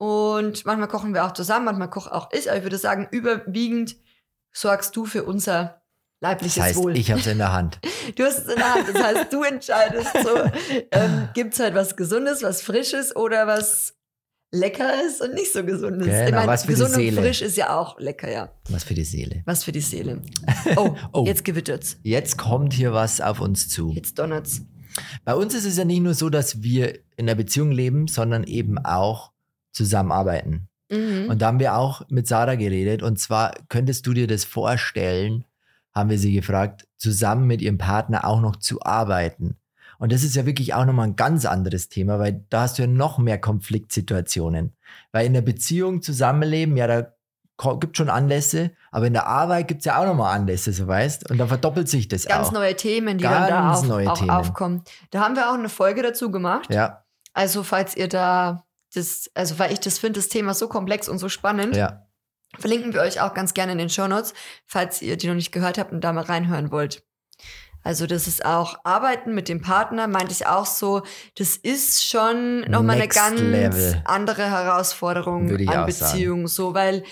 [SPEAKER 1] Und manchmal kochen wir auch zusammen, manchmal koche auch ich, aber ich würde sagen, überwiegend sorgst du für unser leibliches
[SPEAKER 2] Das heißt,
[SPEAKER 1] Wohl.
[SPEAKER 2] ich habe es in der Hand.
[SPEAKER 1] Du hast es in der Hand, das heißt, du entscheidest so, ähm, gibt es halt was Gesundes, was Frisches oder was Leckeres und nicht so Gesundes.
[SPEAKER 2] Genau,
[SPEAKER 1] ich meine,
[SPEAKER 2] was für die
[SPEAKER 1] gesund
[SPEAKER 2] Seele.
[SPEAKER 1] und frisch ist ja auch lecker, ja.
[SPEAKER 2] Was für die Seele.
[SPEAKER 1] Was für die Seele. Oh,
[SPEAKER 2] Oh.
[SPEAKER 1] jetzt gewittert's.
[SPEAKER 2] Jetzt kommt hier was auf uns zu.
[SPEAKER 1] Jetzt donnert's.
[SPEAKER 2] Bei uns ist es ja nicht nur so, dass wir in einer Beziehung leben, sondern eben auch zusammenarbeiten.
[SPEAKER 1] Mhm.
[SPEAKER 2] Und da haben wir auch mit Sarah geredet. Und zwar, könntest du dir das vorstellen, haben wir sie gefragt, zusammen mit ihrem Partner auch noch zu arbeiten. Und das ist ja wirklich auch nochmal ein ganz anderes Thema, weil da hast du ja noch mehr Konfliktsituationen. Weil in der Beziehung zusammenleben, ja, da ko- gibt schon Anlässe, aber in der Arbeit gibt es ja auch nochmal Anlässe, so weißt. Und da verdoppelt sich das
[SPEAKER 1] Ganz
[SPEAKER 2] auch.
[SPEAKER 1] neue Themen, die dann da
[SPEAKER 2] Ganz
[SPEAKER 1] auf,
[SPEAKER 2] neue
[SPEAKER 1] auch
[SPEAKER 2] Themen.
[SPEAKER 1] aufkommen. Da haben wir auch eine Folge dazu gemacht.
[SPEAKER 2] Ja,
[SPEAKER 1] Also falls ihr da das, also weil ich das finde, das Thema so komplex und so spannend,
[SPEAKER 2] ja.
[SPEAKER 1] verlinken wir euch auch ganz gerne in den Shownotes, falls ihr die noch nicht gehört habt und da mal reinhören wollt. Also das ist auch Arbeiten mit dem Partner, meinte ich auch so, das ist schon nochmal eine
[SPEAKER 2] Next
[SPEAKER 1] ganz
[SPEAKER 2] Level.
[SPEAKER 1] andere Herausforderung
[SPEAKER 2] Würde ich
[SPEAKER 1] an
[SPEAKER 2] auch
[SPEAKER 1] Beziehungen, so, weil,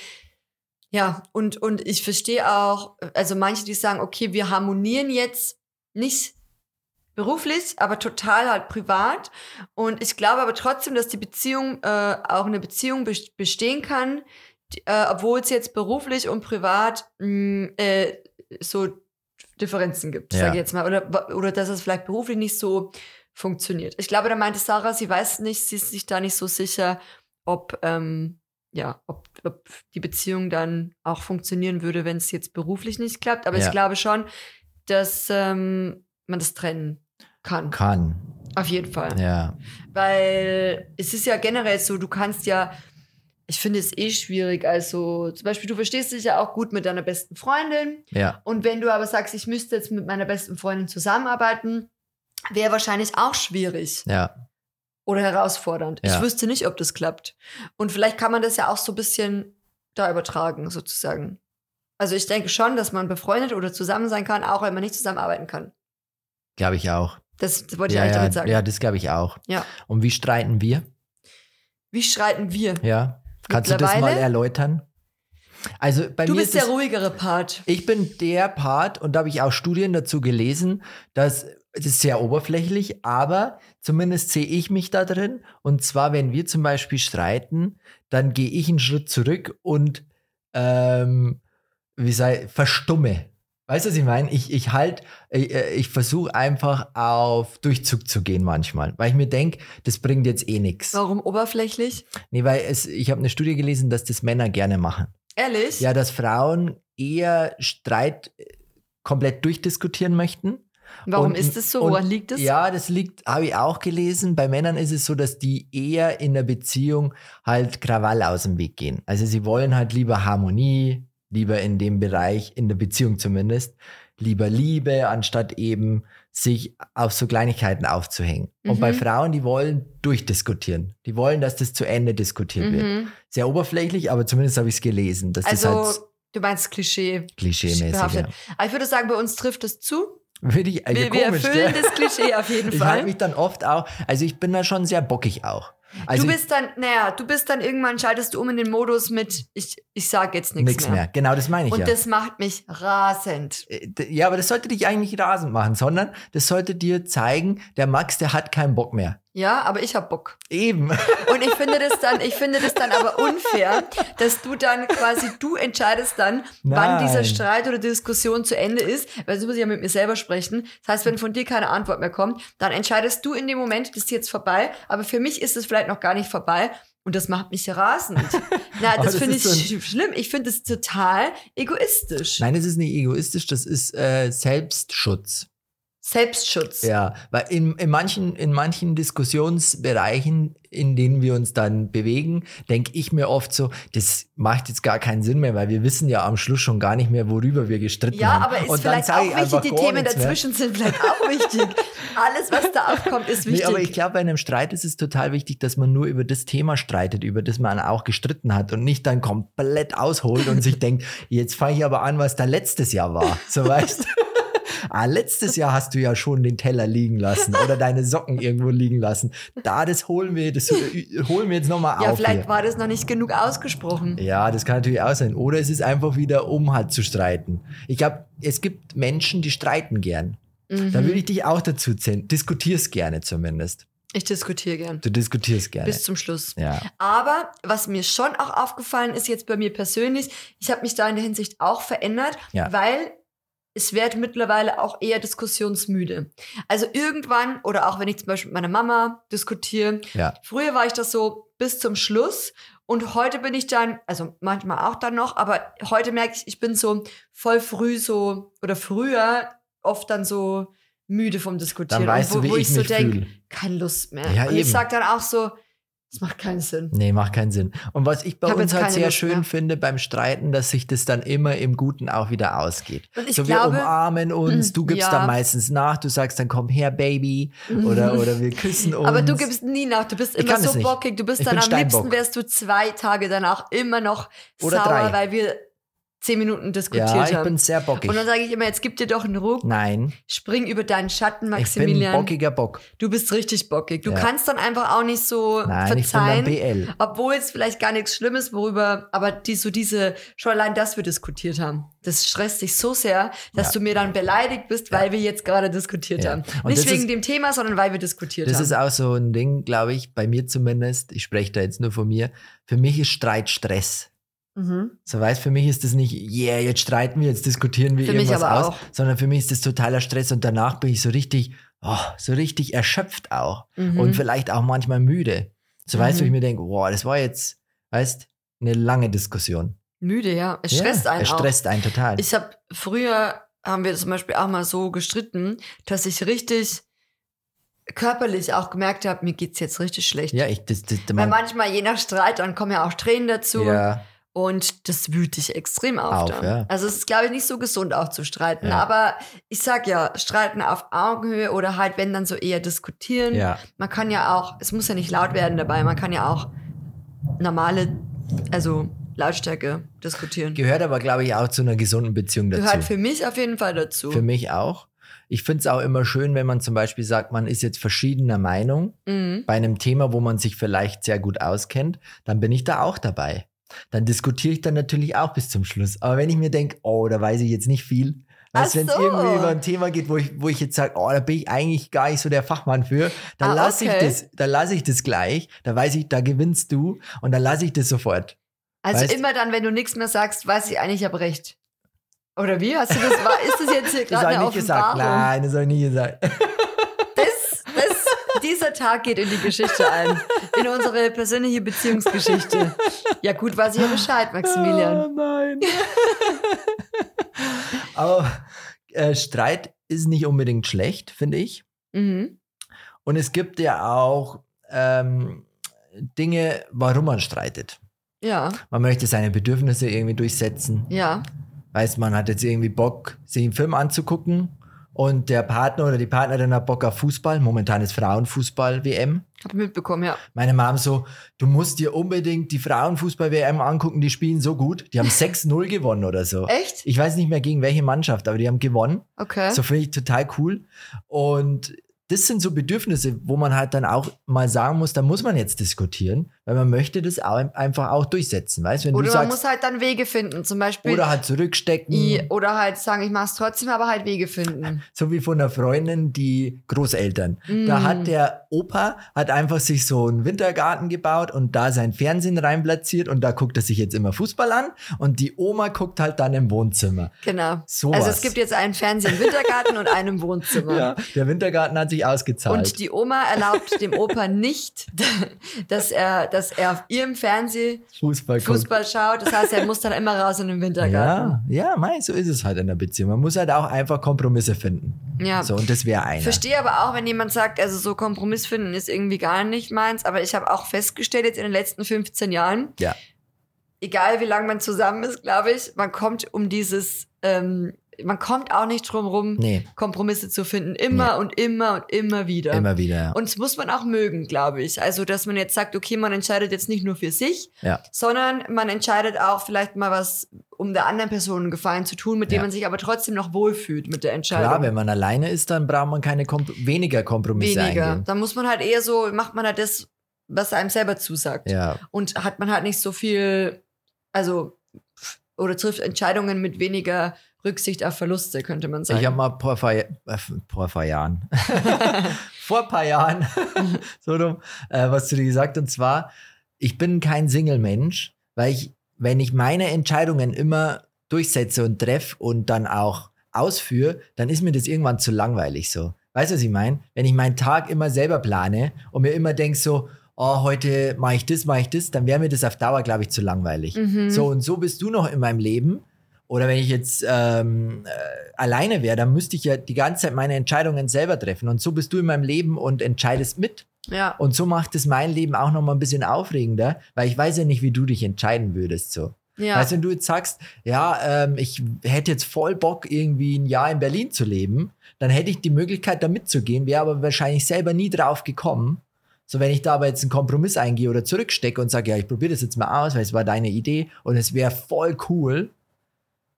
[SPEAKER 1] ja, und, und ich verstehe auch, also manche, die sagen, okay, wir harmonieren jetzt nicht beruflich, aber total halt privat, und ich glaube aber trotzdem, dass die Beziehung äh, auch eine Beziehung be- bestehen kann, die, äh, obwohl es jetzt beruflich und privat mh, äh, so Differenzen gibt,
[SPEAKER 2] Ja.
[SPEAKER 1] sage ich jetzt mal. Oder, oder dass es vielleicht beruflich nicht so funktioniert. Ich glaube, da meinte Sarah, sie weiß nicht, sie ist sich da nicht so sicher, ob, ähm, ja, ob, ob die Beziehung dann auch funktionieren würde, wenn es jetzt beruflich nicht klappt. Aber
[SPEAKER 2] Ja.
[SPEAKER 1] ich glaube schon, dass ähm, man das trennen kann.
[SPEAKER 2] Kann.
[SPEAKER 1] Auf jeden Fall.
[SPEAKER 2] Ja.
[SPEAKER 1] Weil es ist ja generell so, du kannst ja, ich finde es eh schwierig, also zum Beispiel, du verstehst dich ja auch gut mit deiner besten Freundin,
[SPEAKER 2] Ja.
[SPEAKER 1] und wenn du aber sagst, ich müsste jetzt mit meiner besten Freundin zusammenarbeiten, wäre wahrscheinlich auch schwierig
[SPEAKER 2] Ja.
[SPEAKER 1] oder herausfordernd.
[SPEAKER 2] Ja.
[SPEAKER 1] Ich wüsste nicht, ob das klappt. Und vielleicht kann man das ja auch so ein bisschen da übertragen, sozusagen. Also ich denke schon, dass man befreundet oder zusammen sein kann, auch wenn man nicht zusammenarbeiten kann.
[SPEAKER 2] Glaube ich auch.
[SPEAKER 1] Das, das wollte ich
[SPEAKER 2] Ja,
[SPEAKER 1] eigentlich
[SPEAKER 2] ja,
[SPEAKER 1] damit sagen.
[SPEAKER 2] ja, das glaube ich auch.
[SPEAKER 1] Ja.
[SPEAKER 2] Und wie streiten wir?
[SPEAKER 1] Wie streiten wir?
[SPEAKER 2] Ja. Kannst du das mal
[SPEAKER 1] Mittlerweile?
[SPEAKER 2] erläutern? Also bei
[SPEAKER 1] Du
[SPEAKER 2] mir
[SPEAKER 1] bist
[SPEAKER 2] ist
[SPEAKER 1] der
[SPEAKER 2] es,
[SPEAKER 1] ruhigere Part.
[SPEAKER 2] ich bin der Part, und da habe ich auch Studien dazu gelesen, dass es ist sehr oberflächlich, aber zumindest sehe ich mich da drin. Und zwar, wenn wir zum Beispiel streiten, dann gehe ich einen Schritt zurück und ähm, wie sei, verstumme. Weißt du, was ich meine? Ich, ich halt, ich, ich versuche einfach auf Durchzug zu gehen manchmal, weil ich mir denke, das bringt jetzt eh nichts.
[SPEAKER 1] Warum oberflächlich?
[SPEAKER 2] Nee, weil es, ich habe eine Studie gelesen, dass das Männer gerne machen.
[SPEAKER 1] Ehrlich?
[SPEAKER 2] Ja, dass Frauen eher Streit äh, komplett durchdiskutieren möchten.
[SPEAKER 1] Warum
[SPEAKER 2] Und-
[SPEAKER 1] ist es so?
[SPEAKER 2] und-
[SPEAKER 1] Woran liegt es?
[SPEAKER 2] Ja, das liegt, habe ich auch gelesen. Bei Männern ist es so, dass die eher in der Beziehung halt Krawall aus dem Weg gehen. Also sie wollen halt lieber Harmonie, lieber in dem Bereich, in der Beziehung zumindest, lieber Liebe, anstatt eben sich auf so Kleinigkeiten aufzuhängen. Und
[SPEAKER 1] Mhm.
[SPEAKER 2] bei Frauen, die wollen durchdiskutieren. Die wollen, dass das zu Ende diskutiert wird.
[SPEAKER 1] Mhm.
[SPEAKER 2] Sehr oberflächlich, aber zumindest habe ich es gelesen, dass das
[SPEAKER 1] Also,
[SPEAKER 2] halt
[SPEAKER 1] du meinst Klischee.
[SPEAKER 2] klischee-mäßig
[SPEAKER 1] behaftet.
[SPEAKER 2] ist.
[SPEAKER 1] Aber ich würde sagen, bei uns trifft es zu.
[SPEAKER 2] Würde ich, also
[SPEAKER 1] Wir, wir
[SPEAKER 2] komisch,
[SPEAKER 1] erfüllen
[SPEAKER 2] gell?
[SPEAKER 1] das Klischee auf jeden
[SPEAKER 2] Ich halte
[SPEAKER 1] Fall.
[SPEAKER 2] mich dann oft auch, also ich bin da schon sehr bockig auch. Also
[SPEAKER 1] Du bist dann, naja, du bist dann irgendwann, schaltest du um in den Modus mit, ich, ich sag jetzt nichts
[SPEAKER 2] nichts
[SPEAKER 1] mehr.
[SPEAKER 2] mehr. Genau, das meine ich
[SPEAKER 1] Und
[SPEAKER 2] ja.
[SPEAKER 1] das macht mich rasend.
[SPEAKER 2] Äh, d- Ja, aber das sollte dich eigentlich nicht rasend machen, sondern das sollte dir zeigen, der Max, der hat keinen Bock mehr.
[SPEAKER 1] Ja, aber ich hab Bock.
[SPEAKER 2] Eben.
[SPEAKER 1] Und ich finde das dann, ich finde das dann aber unfair, dass du dann quasi, du entscheidest dann, wann
[SPEAKER 2] Nein.
[SPEAKER 1] dieser Streit oder Diskussion zu Ende ist, weil sonst muss ich ja mit mir selber sprechen. Das heißt, wenn von dir keine Antwort mehr kommt, dann entscheidest du in dem Moment, das ist jetzt vorbei, aber für mich ist es vielleicht noch gar nicht vorbei. Und das macht mich rasend. Na,
[SPEAKER 2] Aber
[SPEAKER 1] das
[SPEAKER 2] das
[SPEAKER 1] finde ich
[SPEAKER 2] ist so
[SPEAKER 1] sch- schlimm. Ich finde es total egoistisch.
[SPEAKER 2] Nein, das ist nicht egoistisch, das ist äh, Selbstschutz.
[SPEAKER 1] Selbstschutz.
[SPEAKER 2] Ja, weil in, in, manchen, in manchen Diskussionsbereichen, in denen wir uns dann bewegen, denke ich mir oft so, das macht jetzt gar keinen Sinn mehr, weil wir wissen ja am Schluss schon gar nicht mehr, worüber wir gestritten
[SPEAKER 1] Ja,
[SPEAKER 2] haben.
[SPEAKER 1] aber ist
[SPEAKER 2] Und dann
[SPEAKER 1] vielleicht
[SPEAKER 2] sag
[SPEAKER 1] auch
[SPEAKER 2] ich
[SPEAKER 1] wichtig,
[SPEAKER 2] einfach
[SPEAKER 1] die
[SPEAKER 2] gar
[SPEAKER 1] Themen
[SPEAKER 2] nichts mehr.
[SPEAKER 1] dazwischen sind vielleicht auch wichtig. Alles, was da aufkommt, ist wichtig.
[SPEAKER 2] Nee, aber ich glaube, bei einem Streit ist es total wichtig, dass man nur über das Thema streitet, über das man auch gestritten hat und nicht dann komplett ausholt und sich denkt, jetzt fange ich aber an, was da letztes Jahr war. So weißt du? Ah, letztes Jahr hast du ja schon den Teller liegen lassen oder deine Socken irgendwo liegen lassen. Da, das holen wir, das äh, holen wir jetzt nochmal
[SPEAKER 1] ja,
[SPEAKER 2] auf.
[SPEAKER 1] vielleicht
[SPEAKER 2] hier.
[SPEAKER 1] war das noch nicht genug ausgesprochen.
[SPEAKER 2] Ja, das kann natürlich auch sein. Oder es ist einfach wieder, um halt zu streiten. Ich glaube, es gibt Menschen, die streiten gern.
[SPEAKER 1] Mhm.
[SPEAKER 2] Da will ich dich auch dazu zählen. Diskutier's gerne zumindest.
[SPEAKER 1] Ich diskutiere gern.
[SPEAKER 2] Du diskutierst gerne.
[SPEAKER 1] Bis zum Schluss.
[SPEAKER 2] Ja.
[SPEAKER 1] Aber was mir schon auch aufgefallen ist, jetzt bei mir persönlich, ich habe mich da in der Hinsicht auch verändert,
[SPEAKER 2] Ja.
[SPEAKER 1] weil es wird mittlerweile auch eher diskussionsmüde. Also irgendwann, oder auch wenn ich zum Beispiel mit meiner Mama diskutiere,
[SPEAKER 2] Ja.
[SPEAKER 1] früher war ich das so bis zum Schluss und heute bin ich dann, also manchmal auch dann noch, aber heute merke ich, ich bin so voll früh so, oder früher oft dann so müde vom Diskutieren.
[SPEAKER 2] Dann weißt
[SPEAKER 1] und wo,
[SPEAKER 2] du, wie
[SPEAKER 1] wo
[SPEAKER 2] ich
[SPEAKER 1] ich so
[SPEAKER 2] mich
[SPEAKER 1] denke,
[SPEAKER 2] fühle.
[SPEAKER 1] keine Lust mehr.
[SPEAKER 2] Ja,
[SPEAKER 1] und ich
[SPEAKER 2] eben.
[SPEAKER 1] sag dann auch so, das macht keinen Sinn.
[SPEAKER 2] Nee, macht keinen Sinn. Und was ich bei
[SPEAKER 1] Ich hab
[SPEAKER 2] uns
[SPEAKER 1] jetzt
[SPEAKER 2] halt
[SPEAKER 1] keine
[SPEAKER 2] sehr
[SPEAKER 1] Lust
[SPEAKER 2] schön
[SPEAKER 1] mehr.
[SPEAKER 2] finde beim Streiten, dass sich das dann immer im Guten auch wieder ausgeht.
[SPEAKER 1] Und ich
[SPEAKER 2] so,
[SPEAKER 1] glaube,
[SPEAKER 2] wir umarmen uns, du gibst
[SPEAKER 1] ja.
[SPEAKER 2] dann meistens nach, du sagst dann, komm her, Baby, oder, oder wir küssen uns.
[SPEAKER 1] aber du gibst nie nach, du bist
[SPEAKER 2] Ich
[SPEAKER 1] immer
[SPEAKER 2] kann es
[SPEAKER 1] so
[SPEAKER 2] nicht.
[SPEAKER 1] bockig, du bist
[SPEAKER 2] Ich
[SPEAKER 1] dann
[SPEAKER 2] bin
[SPEAKER 1] am liebsten
[SPEAKER 2] Steinbock.
[SPEAKER 1] wärst du zwei Tage danach immer noch
[SPEAKER 2] Oder
[SPEAKER 1] sauer,
[SPEAKER 2] drei.
[SPEAKER 1] weil wir zehn Minuten diskutiert
[SPEAKER 2] Ja, ich
[SPEAKER 1] haben.
[SPEAKER 2] bin sehr bockig.
[SPEAKER 1] Und dann sage ich immer, jetzt gib dir doch einen Ruck.
[SPEAKER 2] Nein,
[SPEAKER 1] Spring über deinen Schatten,
[SPEAKER 2] ich bin
[SPEAKER 1] Maximilian.
[SPEAKER 2] ein bockiger Bock.
[SPEAKER 1] Du bist richtig bockig. Du
[SPEAKER 2] Ja.
[SPEAKER 1] kannst dann einfach auch nicht so
[SPEAKER 2] Nein, ich bin dann
[SPEAKER 1] verzeihen,
[SPEAKER 2] B L.
[SPEAKER 1] obwohl es vielleicht gar nichts Schlimmes, worüber, aber die, so diese, schon allein, dass wir diskutiert haben, das stresst dich so sehr, dass
[SPEAKER 2] Ja.
[SPEAKER 1] du mir dann beleidigt bist, weil wir jetzt gerade diskutiert
[SPEAKER 2] Ja.
[SPEAKER 1] haben.
[SPEAKER 2] Und
[SPEAKER 1] Nicht
[SPEAKER 2] das
[SPEAKER 1] wegen
[SPEAKER 2] ist-
[SPEAKER 1] dem Thema, sondern weil wir diskutiert
[SPEAKER 2] Das
[SPEAKER 1] haben.
[SPEAKER 2] ist auch so ein Ding, glaube ich, bei mir zumindest. Ich spreche da jetzt nur von mir. Für mich ist Streit Stress.
[SPEAKER 1] Mhm.
[SPEAKER 2] So weißt, für mich ist das nicht, yeah, jetzt streiten wir, jetzt diskutieren wir
[SPEAKER 1] Für mich
[SPEAKER 2] irgendwas
[SPEAKER 1] aber
[SPEAKER 2] aus,
[SPEAKER 1] auch.
[SPEAKER 2] sondern für mich ist das totaler Stress und danach bin ich so richtig, oh, so richtig erschöpft auch
[SPEAKER 1] Mhm.
[SPEAKER 2] und vielleicht auch manchmal müde. So weißt du,
[SPEAKER 1] Mhm.
[SPEAKER 2] ich mir denke, wow, das war jetzt, weißt, eine lange Diskussion.
[SPEAKER 1] Müde, ja. Es stresst
[SPEAKER 2] ja,
[SPEAKER 1] einen
[SPEAKER 2] es
[SPEAKER 1] auch.
[SPEAKER 2] stresst einen total.
[SPEAKER 1] Ich habe früher haben wir zum Beispiel auch mal so gestritten, dass ich richtig körperlich auch gemerkt habe, mir geht's jetzt richtig schlecht.
[SPEAKER 2] ja, ich, das, das,
[SPEAKER 1] Weil
[SPEAKER 2] man,
[SPEAKER 1] manchmal je nach Streit, dann kommen ja auch Tränen dazu
[SPEAKER 2] ja,
[SPEAKER 1] und das wühlt dich extrem auf.
[SPEAKER 2] Auf,
[SPEAKER 1] dann.
[SPEAKER 2] ja.
[SPEAKER 1] Also es ist, glaube ich, nicht so gesund auch zu streiten.
[SPEAKER 2] Ja.
[SPEAKER 1] Aber ich sag ja, streiten auf Augenhöhe oder halt, wenn dann so eher diskutieren.
[SPEAKER 2] ja,
[SPEAKER 1] Man kann ja auch, es muss ja nicht laut werden dabei, man kann ja auch normale, also Lautstärke diskutieren.
[SPEAKER 2] gehört aber, glaube ich, auch zu einer gesunden Beziehung dazu.
[SPEAKER 1] Gehört für mich auf jeden Fall dazu.
[SPEAKER 2] Für mich auch. Ich finde es auch immer schön, wenn man zum Beispiel sagt, man ist jetzt verschiedener Meinung
[SPEAKER 1] Mhm.
[SPEAKER 2] bei einem Thema, wo man sich vielleicht sehr gut auskennt, dann bin ich da auch dabei. Dann diskutiere ich dann natürlich auch bis zum Schluss. Aber wenn ich mir denke, oh, da weiß ich jetzt nicht viel, weißt,
[SPEAKER 1] Ach
[SPEAKER 2] wenn es
[SPEAKER 1] so.
[SPEAKER 2] irgendwie über ein Thema geht, wo ich, wo ich jetzt sage, oh, da bin ich eigentlich gar nicht so der Fachmann für, dann
[SPEAKER 1] Ah,
[SPEAKER 2] lasse
[SPEAKER 1] okay.
[SPEAKER 2] ich das, dann lasse ich das gleich, da weiß ich, da gewinnst du und dann lasse ich das sofort.
[SPEAKER 1] Also
[SPEAKER 2] Weißt-
[SPEAKER 1] immer dann, wenn du nichts mehr sagst, weiß ich eigentlich, ich habe recht. Oder wie? Hast du das, war, ist das jetzt hier
[SPEAKER 2] Das
[SPEAKER 1] gerade
[SPEAKER 2] habe ich
[SPEAKER 1] eine
[SPEAKER 2] nicht gesagt.
[SPEAKER 1] Offenbarung?
[SPEAKER 2] Nein, das habe ich nie gesagt.
[SPEAKER 1] Das, das, dieser Tag geht in die Geschichte ein. In unsere persönliche Beziehungsgeschichte. Ja gut, weiß ich ja Bescheid, Maximilian.
[SPEAKER 2] Oh nein. Aber äh, Streit ist nicht unbedingt schlecht, finde ich.
[SPEAKER 1] Mhm.
[SPEAKER 2] Und es gibt ja auch ähm, Dinge, warum man streitet.
[SPEAKER 1] Ja,
[SPEAKER 2] Man möchte seine Bedürfnisse irgendwie durchsetzen.
[SPEAKER 1] ja.
[SPEAKER 2] Weiß, man hat jetzt irgendwie Bock, sich einen Film anzugucken und der Partner oder die Partnerin hat Bock auf Fußball. Momentan ist Frauenfußball-W M.
[SPEAKER 1] Hab ich mitbekommen, ja.
[SPEAKER 2] Meine Mom so, du musst dir unbedingt die Frauenfußball-W M angucken, die spielen so gut. Die haben sechs null gewonnen oder so.
[SPEAKER 1] Echt?
[SPEAKER 2] Ich weiß nicht mehr gegen welche Mannschaft, aber die haben gewonnen.
[SPEAKER 1] Okay.
[SPEAKER 2] So finde ich total cool. Und das sind so Bedürfnisse, wo man halt dann auch mal sagen muss, da muss man jetzt diskutieren, weil man möchte das auch einfach auch durchsetzen. Weißt, wenn
[SPEAKER 1] Oder
[SPEAKER 2] du
[SPEAKER 1] man
[SPEAKER 2] sagst,
[SPEAKER 1] muss halt dann Wege finden, zum Beispiel.
[SPEAKER 2] oder halt zurückstecken.
[SPEAKER 1] I, oder halt sagen, ich mach's trotzdem, aber halt Wege finden.
[SPEAKER 2] So wie von einer Freundin, die Großeltern.
[SPEAKER 1] Mm.
[SPEAKER 2] Da hat der Opa hat einfach sich so einen Wintergarten gebaut und da sein Fernsehen rein platziert und da guckt er sich jetzt immer Fußball an und die Oma guckt halt dann im Wohnzimmer.
[SPEAKER 1] Genau.
[SPEAKER 2] Sowas.
[SPEAKER 1] Also es gibt jetzt einen Fernseher im Wintergarten und einen im Wohnzimmer.
[SPEAKER 2] Ja, der Wintergarten hat sich ausgezahlt.
[SPEAKER 1] Und die Oma erlaubt dem Opa nicht, dass er, dass er auf ihrem Fernsehen
[SPEAKER 2] Fußball, guckt.
[SPEAKER 1] Fußball schaut. Das heißt, er muss dann immer raus in den Wintergarten.
[SPEAKER 2] Ja, ja, mei, so ist es halt in der Beziehung. Man muss halt auch einfach Kompromisse finden.
[SPEAKER 1] Ja.
[SPEAKER 2] So, und das wäre einer.
[SPEAKER 1] Verstehe aber auch, wenn jemand sagt, also so Kompromiss finden ist irgendwie gar nicht meins. Aber ich habe auch festgestellt, jetzt in den letzten fünfzehn Jahren,
[SPEAKER 2] Ja.
[SPEAKER 1] egal wie lange man zusammen ist, glaube ich, man kommt um dieses, ähm, man kommt auch nicht drum rum,
[SPEAKER 2] Nee,
[SPEAKER 1] Kompromisse zu finden. Immer
[SPEAKER 2] Nee.
[SPEAKER 1] und immer und immer wieder.
[SPEAKER 2] immer wieder. Ja.
[SPEAKER 1] Und das muss man auch mögen, glaube ich. Also, dass man jetzt sagt, okay, man entscheidet jetzt nicht nur für sich,
[SPEAKER 2] Ja.
[SPEAKER 1] sondern man entscheidet auch vielleicht mal was, um der anderen Person einen Gefallen zu tun, mit dem
[SPEAKER 2] Ja.
[SPEAKER 1] man sich aber trotzdem noch wohlfühlt mit der Entscheidung.
[SPEAKER 2] Klar, wenn man alleine ist, dann braucht man keine Komp weniger Kompromisse
[SPEAKER 1] Weniger.
[SPEAKER 2] eingehen.
[SPEAKER 1] Dann muss man halt eher so, macht man halt das, was einem selber zusagt.
[SPEAKER 2] Ja,
[SPEAKER 1] Und hat man halt nicht so viel, also, oder trifft Entscheidungen mit weniger Rücksicht auf Verluste, könnte man sagen.
[SPEAKER 2] ich habe mal vor, vor, äh, vor, vor Jahren, vor ein paar Jahren, so dumm, äh, was zu dir gesagt. Und zwar, ich bin kein Single-Mensch, weil ich, wenn ich meine Entscheidungen immer durchsetze und treffe und dann auch ausführe, dann ist mir das irgendwann zu langweilig so. Weißt du, was ich meine? Wenn ich meinen Tag immer selber plane und mir immer denke so, oh, heute mache ich das, mache ich das, dann wäre mir das auf Dauer, glaube ich, zu langweilig.
[SPEAKER 1] Mhm.
[SPEAKER 2] So, und so bist du noch in meinem Leben. Oder wenn ich jetzt ähm, äh, alleine wäre, dann müsste ich ja die ganze Zeit meine Entscheidungen selber treffen. Und so bist du in meinem Leben und entscheidest mit.
[SPEAKER 1] Ja.
[SPEAKER 2] Und so macht es mein Leben auch noch mal ein bisschen aufregender, weil ich weiß ja nicht, wie du dich entscheiden würdest. So.
[SPEAKER 1] Ja.
[SPEAKER 2] Weißt du, wenn du jetzt sagst, ja, ähm, ich hätte jetzt voll Bock, irgendwie ein Jahr in Berlin zu leben, dann hätte ich die Möglichkeit, da mitzugehen, wäre aber wahrscheinlich selber nie drauf gekommen. So, wenn ich da aber jetzt einen Kompromiss eingehe oder zurückstecke und sage, ja, ich probiere das jetzt mal aus, weil es war deine Idee und es wäre voll cool,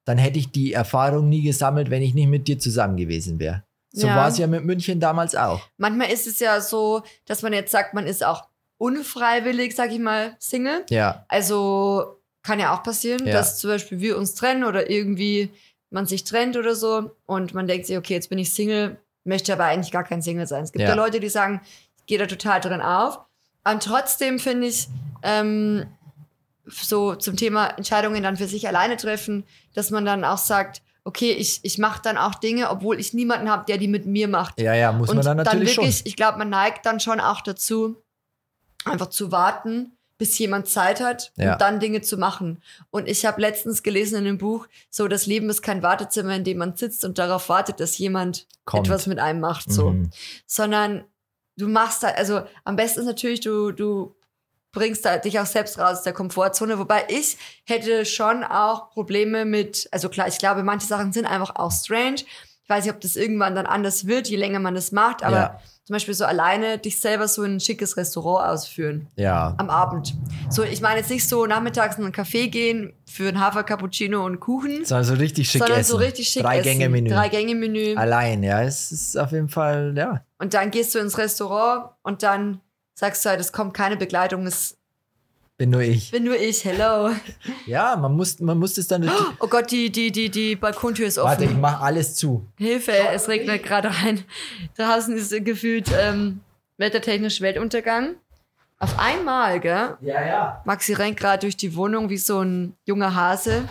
[SPEAKER 2] dann hätte ich die Erfahrung nie gesammelt, wenn ich nicht mit dir zusammen gewesen wäre. So
[SPEAKER 1] Ja.
[SPEAKER 2] war es ja mit München damals auch.
[SPEAKER 1] Manchmal ist es ja so, dass man jetzt sagt, man ist auch unfreiwillig, sag ich mal, Single.
[SPEAKER 2] Ja,
[SPEAKER 1] Also kann ja auch passieren,
[SPEAKER 2] Ja.
[SPEAKER 1] dass zum Beispiel wir uns trennen oder irgendwie man sich trennt oder so und man denkt sich, okay, jetzt bin ich Single, möchte aber eigentlich gar kein Single sein. Es gibt ja,
[SPEAKER 2] Ja.
[SPEAKER 1] Leute, die sagen, ich gehe da total drin auf. Und trotzdem finde ich, ähm, so zum Thema Entscheidungen dann für sich alleine treffen, dass man dann auch sagt, okay, ich, ich mache dann auch Dinge, obwohl ich niemanden habe, der die mit mir macht.
[SPEAKER 2] ja, ja, muss
[SPEAKER 1] Und
[SPEAKER 2] man dann natürlich
[SPEAKER 1] wirklich,
[SPEAKER 2] schon.
[SPEAKER 1] ich glaube, man neigt dann schon auch dazu, einfach zu warten, bis jemand Zeit hat, um
[SPEAKER 2] Ja.
[SPEAKER 1] dann Dinge zu machen. Und ich habe letztens gelesen in einem Buch, so das Leben ist kein Wartezimmer, in dem man sitzt und darauf wartet, dass jemand
[SPEAKER 2] Kommt.
[SPEAKER 1] etwas mit einem macht, so.
[SPEAKER 2] Mhm.
[SPEAKER 1] Sondern du machst da, also am besten ist natürlich, du, du bringst da dich auch selbst raus aus der Komfortzone, wobei ich hätte schon auch Probleme mit, also klar, ich glaube, manche Sachen sind einfach auch strange. Ich weiß nicht, ob das irgendwann dann anders wird, je länger man das macht, aber
[SPEAKER 2] Ja.
[SPEAKER 1] zum Beispiel so alleine dich selber so in ein schickes Restaurant ausführen
[SPEAKER 2] Ja,
[SPEAKER 1] am Abend. So, ich meine jetzt nicht so nachmittags in einen Café gehen für einen Hafer-Cappuccino und Kuchen,
[SPEAKER 2] sondern so richtig schick
[SPEAKER 1] sondern
[SPEAKER 2] essen.
[SPEAKER 1] so richtig schick
[SPEAKER 2] Drei
[SPEAKER 1] essen.
[SPEAKER 2] Gänge Menü.
[SPEAKER 1] Drei Gänge Menü.
[SPEAKER 2] Allein, ja, es ist auf jeden Fall, ja.
[SPEAKER 1] Und dann gehst du ins Restaurant und dann sagst du halt, es kommt keine Begleitung, es
[SPEAKER 2] Bin nur ich.
[SPEAKER 1] bin nur ich, hello.
[SPEAKER 2] Ja, man muss, man muss das dann.
[SPEAKER 1] Oh Gott, die, die, die, die Balkontür ist offen.
[SPEAKER 2] Warte, ich mach alles zu.
[SPEAKER 1] Hilfe, es regnet gerade rein. Draußen ist gefühlt ähm, wettertechnisch Weltuntergang. Auf einmal, gell?
[SPEAKER 2] Ja, ja.
[SPEAKER 1] Maxi rennt gerade durch die Wohnung wie so ein junger Hase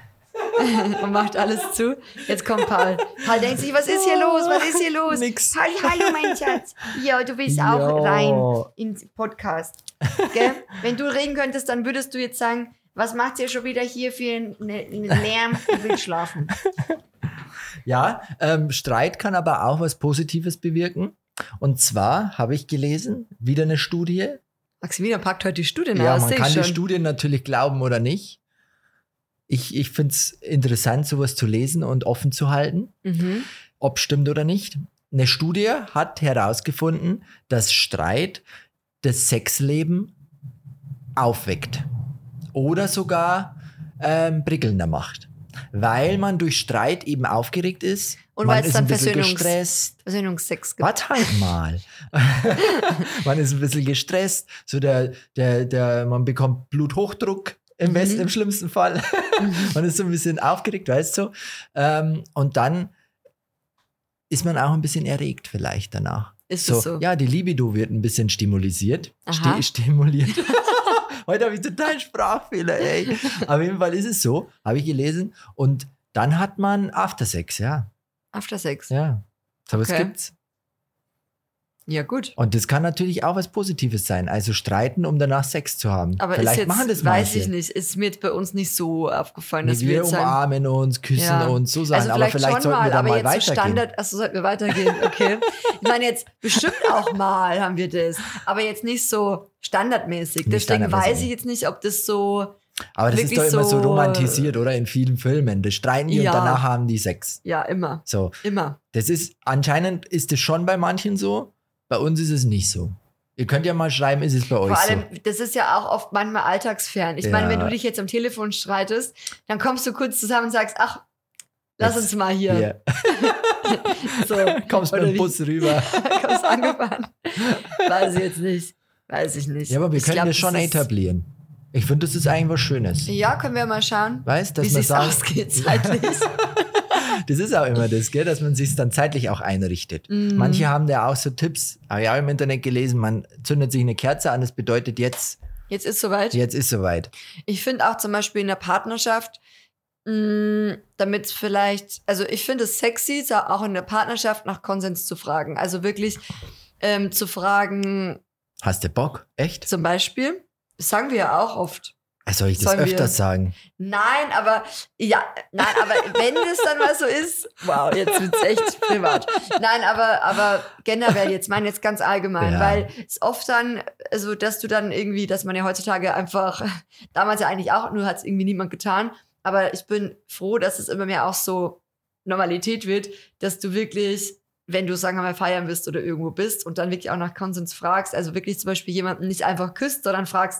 [SPEAKER 1] und macht alles zu. Jetzt kommt Paul. Paul denkt sich, was ist hier los? Was ist hier los?
[SPEAKER 2] Nix.
[SPEAKER 1] Paul, hallo mein Schatz. Ja, du willst auch
[SPEAKER 2] Jo.
[SPEAKER 1] rein ins Podcast. Gell? Wenn du reden könntest, dann würdest du jetzt sagen, was macht ihr schon wieder hier für einen einen Lärm? Ich will schlafen.
[SPEAKER 2] Ja, ähm, Streit kann aber auch was Positives bewirken. Und zwar habe ich gelesen, wieder eine Studie.
[SPEAKER 1] Maximilian packt heute die Studie nach.
[SPEAKER 2] Ja,
[SPEAKER 1] das
[SPEAKER 2] man
[SPEAKER 1] seh ich
[SPEAKER 2] kann die
[SPEAKER 1] schon.
[SPEAKER 2] Studien natürlich glauben oder nicht. Ich, ich finde es interessant, sowas zu lesen und offen zu halten,
[SPEAKER 1] Mhm.
[SPEAKER 2] ob stimmt oder nicht. Eine Studie hat herausgefunden, dass Streit das Sexleben aufweckt oder sogar ähm, prickelnder macht. Weil man durch Streit eben aufgeregt ist.
[SPEAKER 1] Und
[SPEAKER 2] man
[SPEAKER 1] weil es
[SPEAKER 2] ist
[SPEAKER 1] dann
[SPEAKER 2] ein bisschen
[SPEAKER 1] Versöhnungs-
[SPEAKER 2] gestresst.
[SPEAKER 1] Versöhnungsex gibt.
[SPEAKER 2] Warte halt mal. Man ist ein bisschen gestresst. So der, der, der, man bekommt Bluthochdruck im,
[SPEAKER 1] Mhm.
[SPEAKER 2] besten, im schlimmsten Fall.
[SPEAKER 1] Mhm.
[SPEAKER 2] Man ist so ein bisschen aufgeregt, weißt du. Ähm, und dann ist man auch ein bisschen erregt vielleicht danach.
[SPEAKER 1] Ist
[SPEAKER 2] so,
[SPEAKER 1] es so?
[SPEAKER 2] Ja, die Libido wird ein bisschen stimulisiert.
[SPEAKER 1] Aha.
[SPEAKER 2] Sti stimuliert. Heute habe ich total Sprachfehler, ey. Auf jeden Fall ist es so, habe ich gelesen. Und dann hat man Aftersex, ja.
[SPEAKER 1] After Sex.
[SPEAKER 2] Ja. So was
[SPEAKER 1] Okay.
[SPEAKER 2] gibt's.
[SPEAKER 1] Ja, gut.
[SPEAKER 2] Und das kann natürlich auch was Positives sein. Also streiten, um danach Sex zu haben.
[SPEAKER 1] Aber
[SPEAKER 2] Vielleicht
[SPEAKER 1] ist jetzt,
[SPEAKER 2] machen das
[SPEAKER 1] weiß
[SPEAKER 2] manche.
[SPEAKER 1] ich nicht, ist mir jetzt bei uns nicht so aufgefallen,
[SPEAKER 2] Nee,
[SPEAKER 1] dass wir
[SPEAKER 2] wir
[SPEAKER 1] jetzt sagen,
[SPEAKER 2] umarmen uns, küssen
[SPEAKER 1] Ja.
[SPEAKER 2] uns, so Sachen.
[SPEAKER 1] also
[SPEAKER 2] aber
[SPEAKER 1] vielleicht,
[SPEAKER 2] vielleicht
[SPEAKER 1] schon
[SPEAKER 2] sollten
[SPEAKER 1] mal,
[SPEAKER 2] wir da
[SPEAKER 1] aber
[SPEAKER 2] mal
[SPEAKER 1] jetzt so
[SPEAKER 2] weitergehen.
[SPEAKER 1] Standard, achso, sollten wir weitergehen, okay. Ich meine jetzt, bestimmt auch mal haben wir das, aber jetzt nicht so standardmäßig.
[SPEAKER 2] Nicht
[SPEAKER 1] Deswegen
[SPEAKER 2] standardmäßig.
[SPEAKER 1] weiß ich jetzt nicht, ob das so,
[SPEAKER 2] Aber das ist doch
[SPEAKER 1] wirklich
[SPEAKER 2] immer so
[SPEAKER 1] so-
[SPEAKER 2] romantisiert, oder? In vielen Filmen. Das streiten die
[SPEAKER 1] Ja.
[SPEAKER 2] und danach haben die Sex.
[SPEAKER 1] ja, immer,
[SPEAKER 2] So.
[SPEAKER 1] immer.
[SPEAKER 2] Das ist, anscheinend ist es schon bei manchen so. Bei uns ist es nicht so. Ihr könnt ja mal schreiben, ist es bei euch
[SPEAKER 1] Vor allem,
[SPEAKER 2] so?
[SPEAKER 1] das ist ja auch oft manchmal alltagsfern. Ich
[SPEAKER 2] Ja.
[SPEAKER 1] meine, wenn du dich jetzt am Telefon streitest, dann kommst du kurz zusammen und sagst, ach, lass
[SPEAKER 2] Jetzt-
[SPEAKER 1] uns mal hier.
[SPEAKER 2] Hier.
[SPEAKER 1] So.
[SPEAKER 2] Kommst mit
[SPEAKER 1] Oder
[SPEAKER 2] dem
[SPEAKER 1] wie?
[SPEAKER 2] Bus rüber.
[SPEAKER 1] Kommst angefahren. Weiß ich jetzt nicht. Weiß ich nicht.
[SPEAKER 2] Ja, aber wir
[SPEAKER 1] Ich
[SPEAKER 2] können
[SPEAKER 1] glaub,
[SPEAKER 2] das schon
[SPEAKER 1] ist-
[SPEAKER 2] etablieren. Ich finde, das ist eigentlich was Schönes.
[SPEAKER 1] Ja, können wir mal schauen,
[SPEAKER 2] Weißt, dass
[SPEAKER 1] wie
[SPEAKER 2] man
[SPEAKER 1] sich's
[SPEAKER 2] sagt,
[SPEAKER 1] ausgeht zeitlich.
[SPEAKER 2] das ist auch immer das, gell, dass man sich dann zeitlich auch einrichtet.
[SPEAKER 1] Mm.
[SPEAKER 2] Manche haben da auch so Tipps, habe ich auch im Internet gelesen, man zündet sich eine Kerze an, das bedeutet jetzt,
[SPEAKER 1] Jetzt ist soweit.
[SPEAKER 2] jetzt ist soweit.
[SPEAKER 1] Ich finde auch zum Beispiel in der Partnerschaft, mh, damit vielleicht, also ich finde es sexy, so auch in der Partnerschaft nach Konsens zu fragen. Also wirklich ähm, zu fragen,
[SPEAKER 2] Hast du Bock? Echt?
[SPEAKER 1] zum Beispiel, das sagen wir ja auch oft.
[SPEAKER 2] Soll ich das
[SPEAKER 1] Sollen wir-
[SPEAKER 2] öfters sagen?
[SPEAKER 1] Nein, aber ja, nein, aber wenn das dann mal so ist, wow, jetzt wird's echt privat. Nein, aber aber generell jetzt, meine jetzt ganz allgemein,
[SPEAKER 2] Ja.
[SPEAKER 1] weil es oft dann, also dass du dann irgendwie, dass man ja heutzutage einfach, damals ja eigentlich auch, nur hat es irgendwie niemand getan, aber ich bin froh, dass es immer mehr auch so Normalität wird, dass du wirklich, wenn du, sagen wir mal, feiern bist oder irgendwo bist und dann wirklich auch nach Konsens fragst, also wirklich zum Beispiel jemanden nicht einfach küsst, sondern fragst,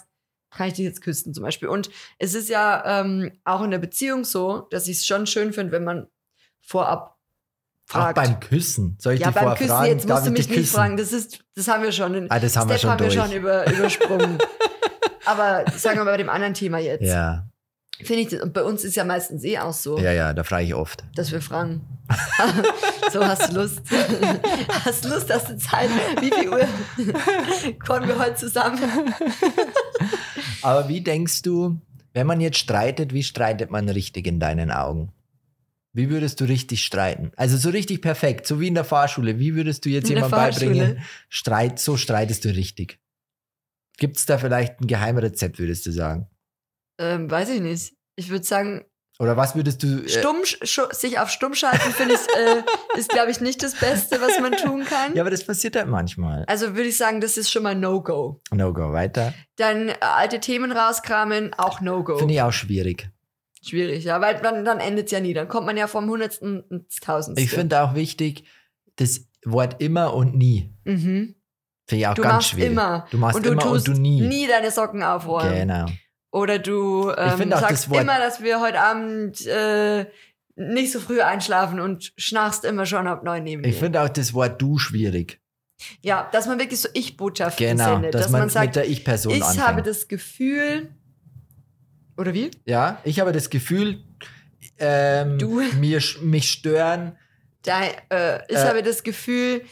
[SPEAKER 1] kann ich dich jetzt küssen zum Beispiel. Und es ist ja ähm, auch in der Beziehung so, dass ich es schon schön finde, wenn man vorab fragt.
[SPEAKER 2] Auch beim Küssen. Soll ich
[SPEAKER 1] ja,
[SPEAKER 2] dich
[SPEAKER 1] beim
[SPEAKER 2] vorher
[SPEAKER 1] Küssen,
[SPEAKER 2] fragen?
[SPEAKER 1] jetzt musst
[SPEAKER 2] Darf
[SPEAKER 1] du
[SPEAKER 2] ich
[SPEAKER 1] mich
[SPEAKER 2] dich
[SPEAKER 1] nicht
[SPEAKER 2] küssen?
[SPEAKER 1] fragen. Das, ist, das haben wir schon. Den
[SPEAKER 2] Ah, das haben wir
[SPEAKER 1] Step
[SPEAKER 2] schon
[SPEAKER 1] haben wir
[SPEAKER 2] durch.
[SPEAKER 1] schon über, übersprungen. Aber sagen wir mal bei dem anderen Thema jetzt.
[SPEAKER 2] Ja,
[SPEAKER 1] Finde ich, das- und bei uns ist ja meistens eh auch so,
[SPEAKER 2] ja, ja, da frage ich oft.
[SPEAKER 1] dass wir fragen. So, hast du Lust? Hast du Lust, hast du Zeit? Wie viel Uhr kommen wir heute zusammen?
[SPEAKER 2] Aber wie denkst du, wenn man jetzt streitet, wie streitet man richtig in deinen Augen? Wie würdest du richtig streiten? Also so richtig perfekt, so wie in der Fahrschule. Wie würdest du jetzt
[SPEAKER 1] In der
[SPEAKER 2] jemandem beibringen,
[SPEAKER 1] Fahrschule?
[SPEAKER 2] Streit, so streitest du richtig? Gibt es da vielleicht ein Geheimrezept, würdest du sagen?
[SPEAKER 1] Ähm, weiß ich nicht. Ich würde sagen,
[SPEAKER 2] Oder was würdest du... Äh,
[SPEAKER 1] stumm, sch sich auf stumm schalten, finde ich, äh, ist, glaube ich, nicht das Beste, was man tun kann.
[SPEAKER 2] ja, aber das passiert halt manchmal.
[SPEAKER 1] Also würde ich sagen, das ist schon mal No-Go.
[SPEAKER 2] No-go, weiter.
[SPEAKER 1] Dann äh, alte Themen rauskramen, auch No-Go.
[SPEAKER 2] Finde ich auch schwierig.
[SPEAKER 1] Schwierig, ja, weil dann, dann endet es ja nie. Dann kommt man ja vom Hundertsten ins Tausendste.
[SPEAKER 2] Ich finde auch wichtig, das Wort immer und nie.
[SPEAKER 1] Mhm.
[SPEAKER 2] Finde ich auch
[SPEAKER 1] Du
[SPEAKER 2] ganz
[SPEAKER 1] machst
[SPEAKER 2] schwierig.
[SPEAKER 1] immer.
[SPEAKER 2] Du machst
[SPEAKER 1] Und du
[SPEAKER 2] immer
[SPEAKER 1] tust
[SPEAKER 2] und du nie.
[SPEAKER 1] nie deine Socken aufräumen.
[SPEAKER 2] Genau.
[SPEAKER 1] Oder du ähm,
[SPEAKER 2] finde auch
[SPEAKER 1] sagst
[SPEAKER 2] das Wort-
[SPEAKER 1] immer, dass wir heute Abend äh, nicht so früh einschlafen und schnarchst immer schon ab neun neben
[SPEAKER 2] Ich
[SPEAKER 1] mir.
[SPEAKER 2] finde auch das Wort du schwierig.
[SPEAKER 1] Ja, dass man wirklich so Ich-Botschaften
[SPEAKER 2] Genau,
[SPEAKER 1] sendet.
[SPEAKER 2] dass,
[SPEAKER 1] Dass
[SPEAKER 2] man,
[SPEAKER 1] man sagt,
[SPEAKER 2] mit der Ich-Person
[SPEAKER 1] ich
[SPEAKER 2] anfängt.
[SPEAKER 1] habe das Gefühl, oder wie?
[SPEAKER 2] Ja, ich habe das Gefühl, ähm,
[SPEAKER 1] Du.
[SPEAKER 2] Mir, sch- mich stören.
[SPEAKER 1] Da, äh, ich
[SPEAKER 2] Äh.
[SPEAKER 1] habe das Gefühl,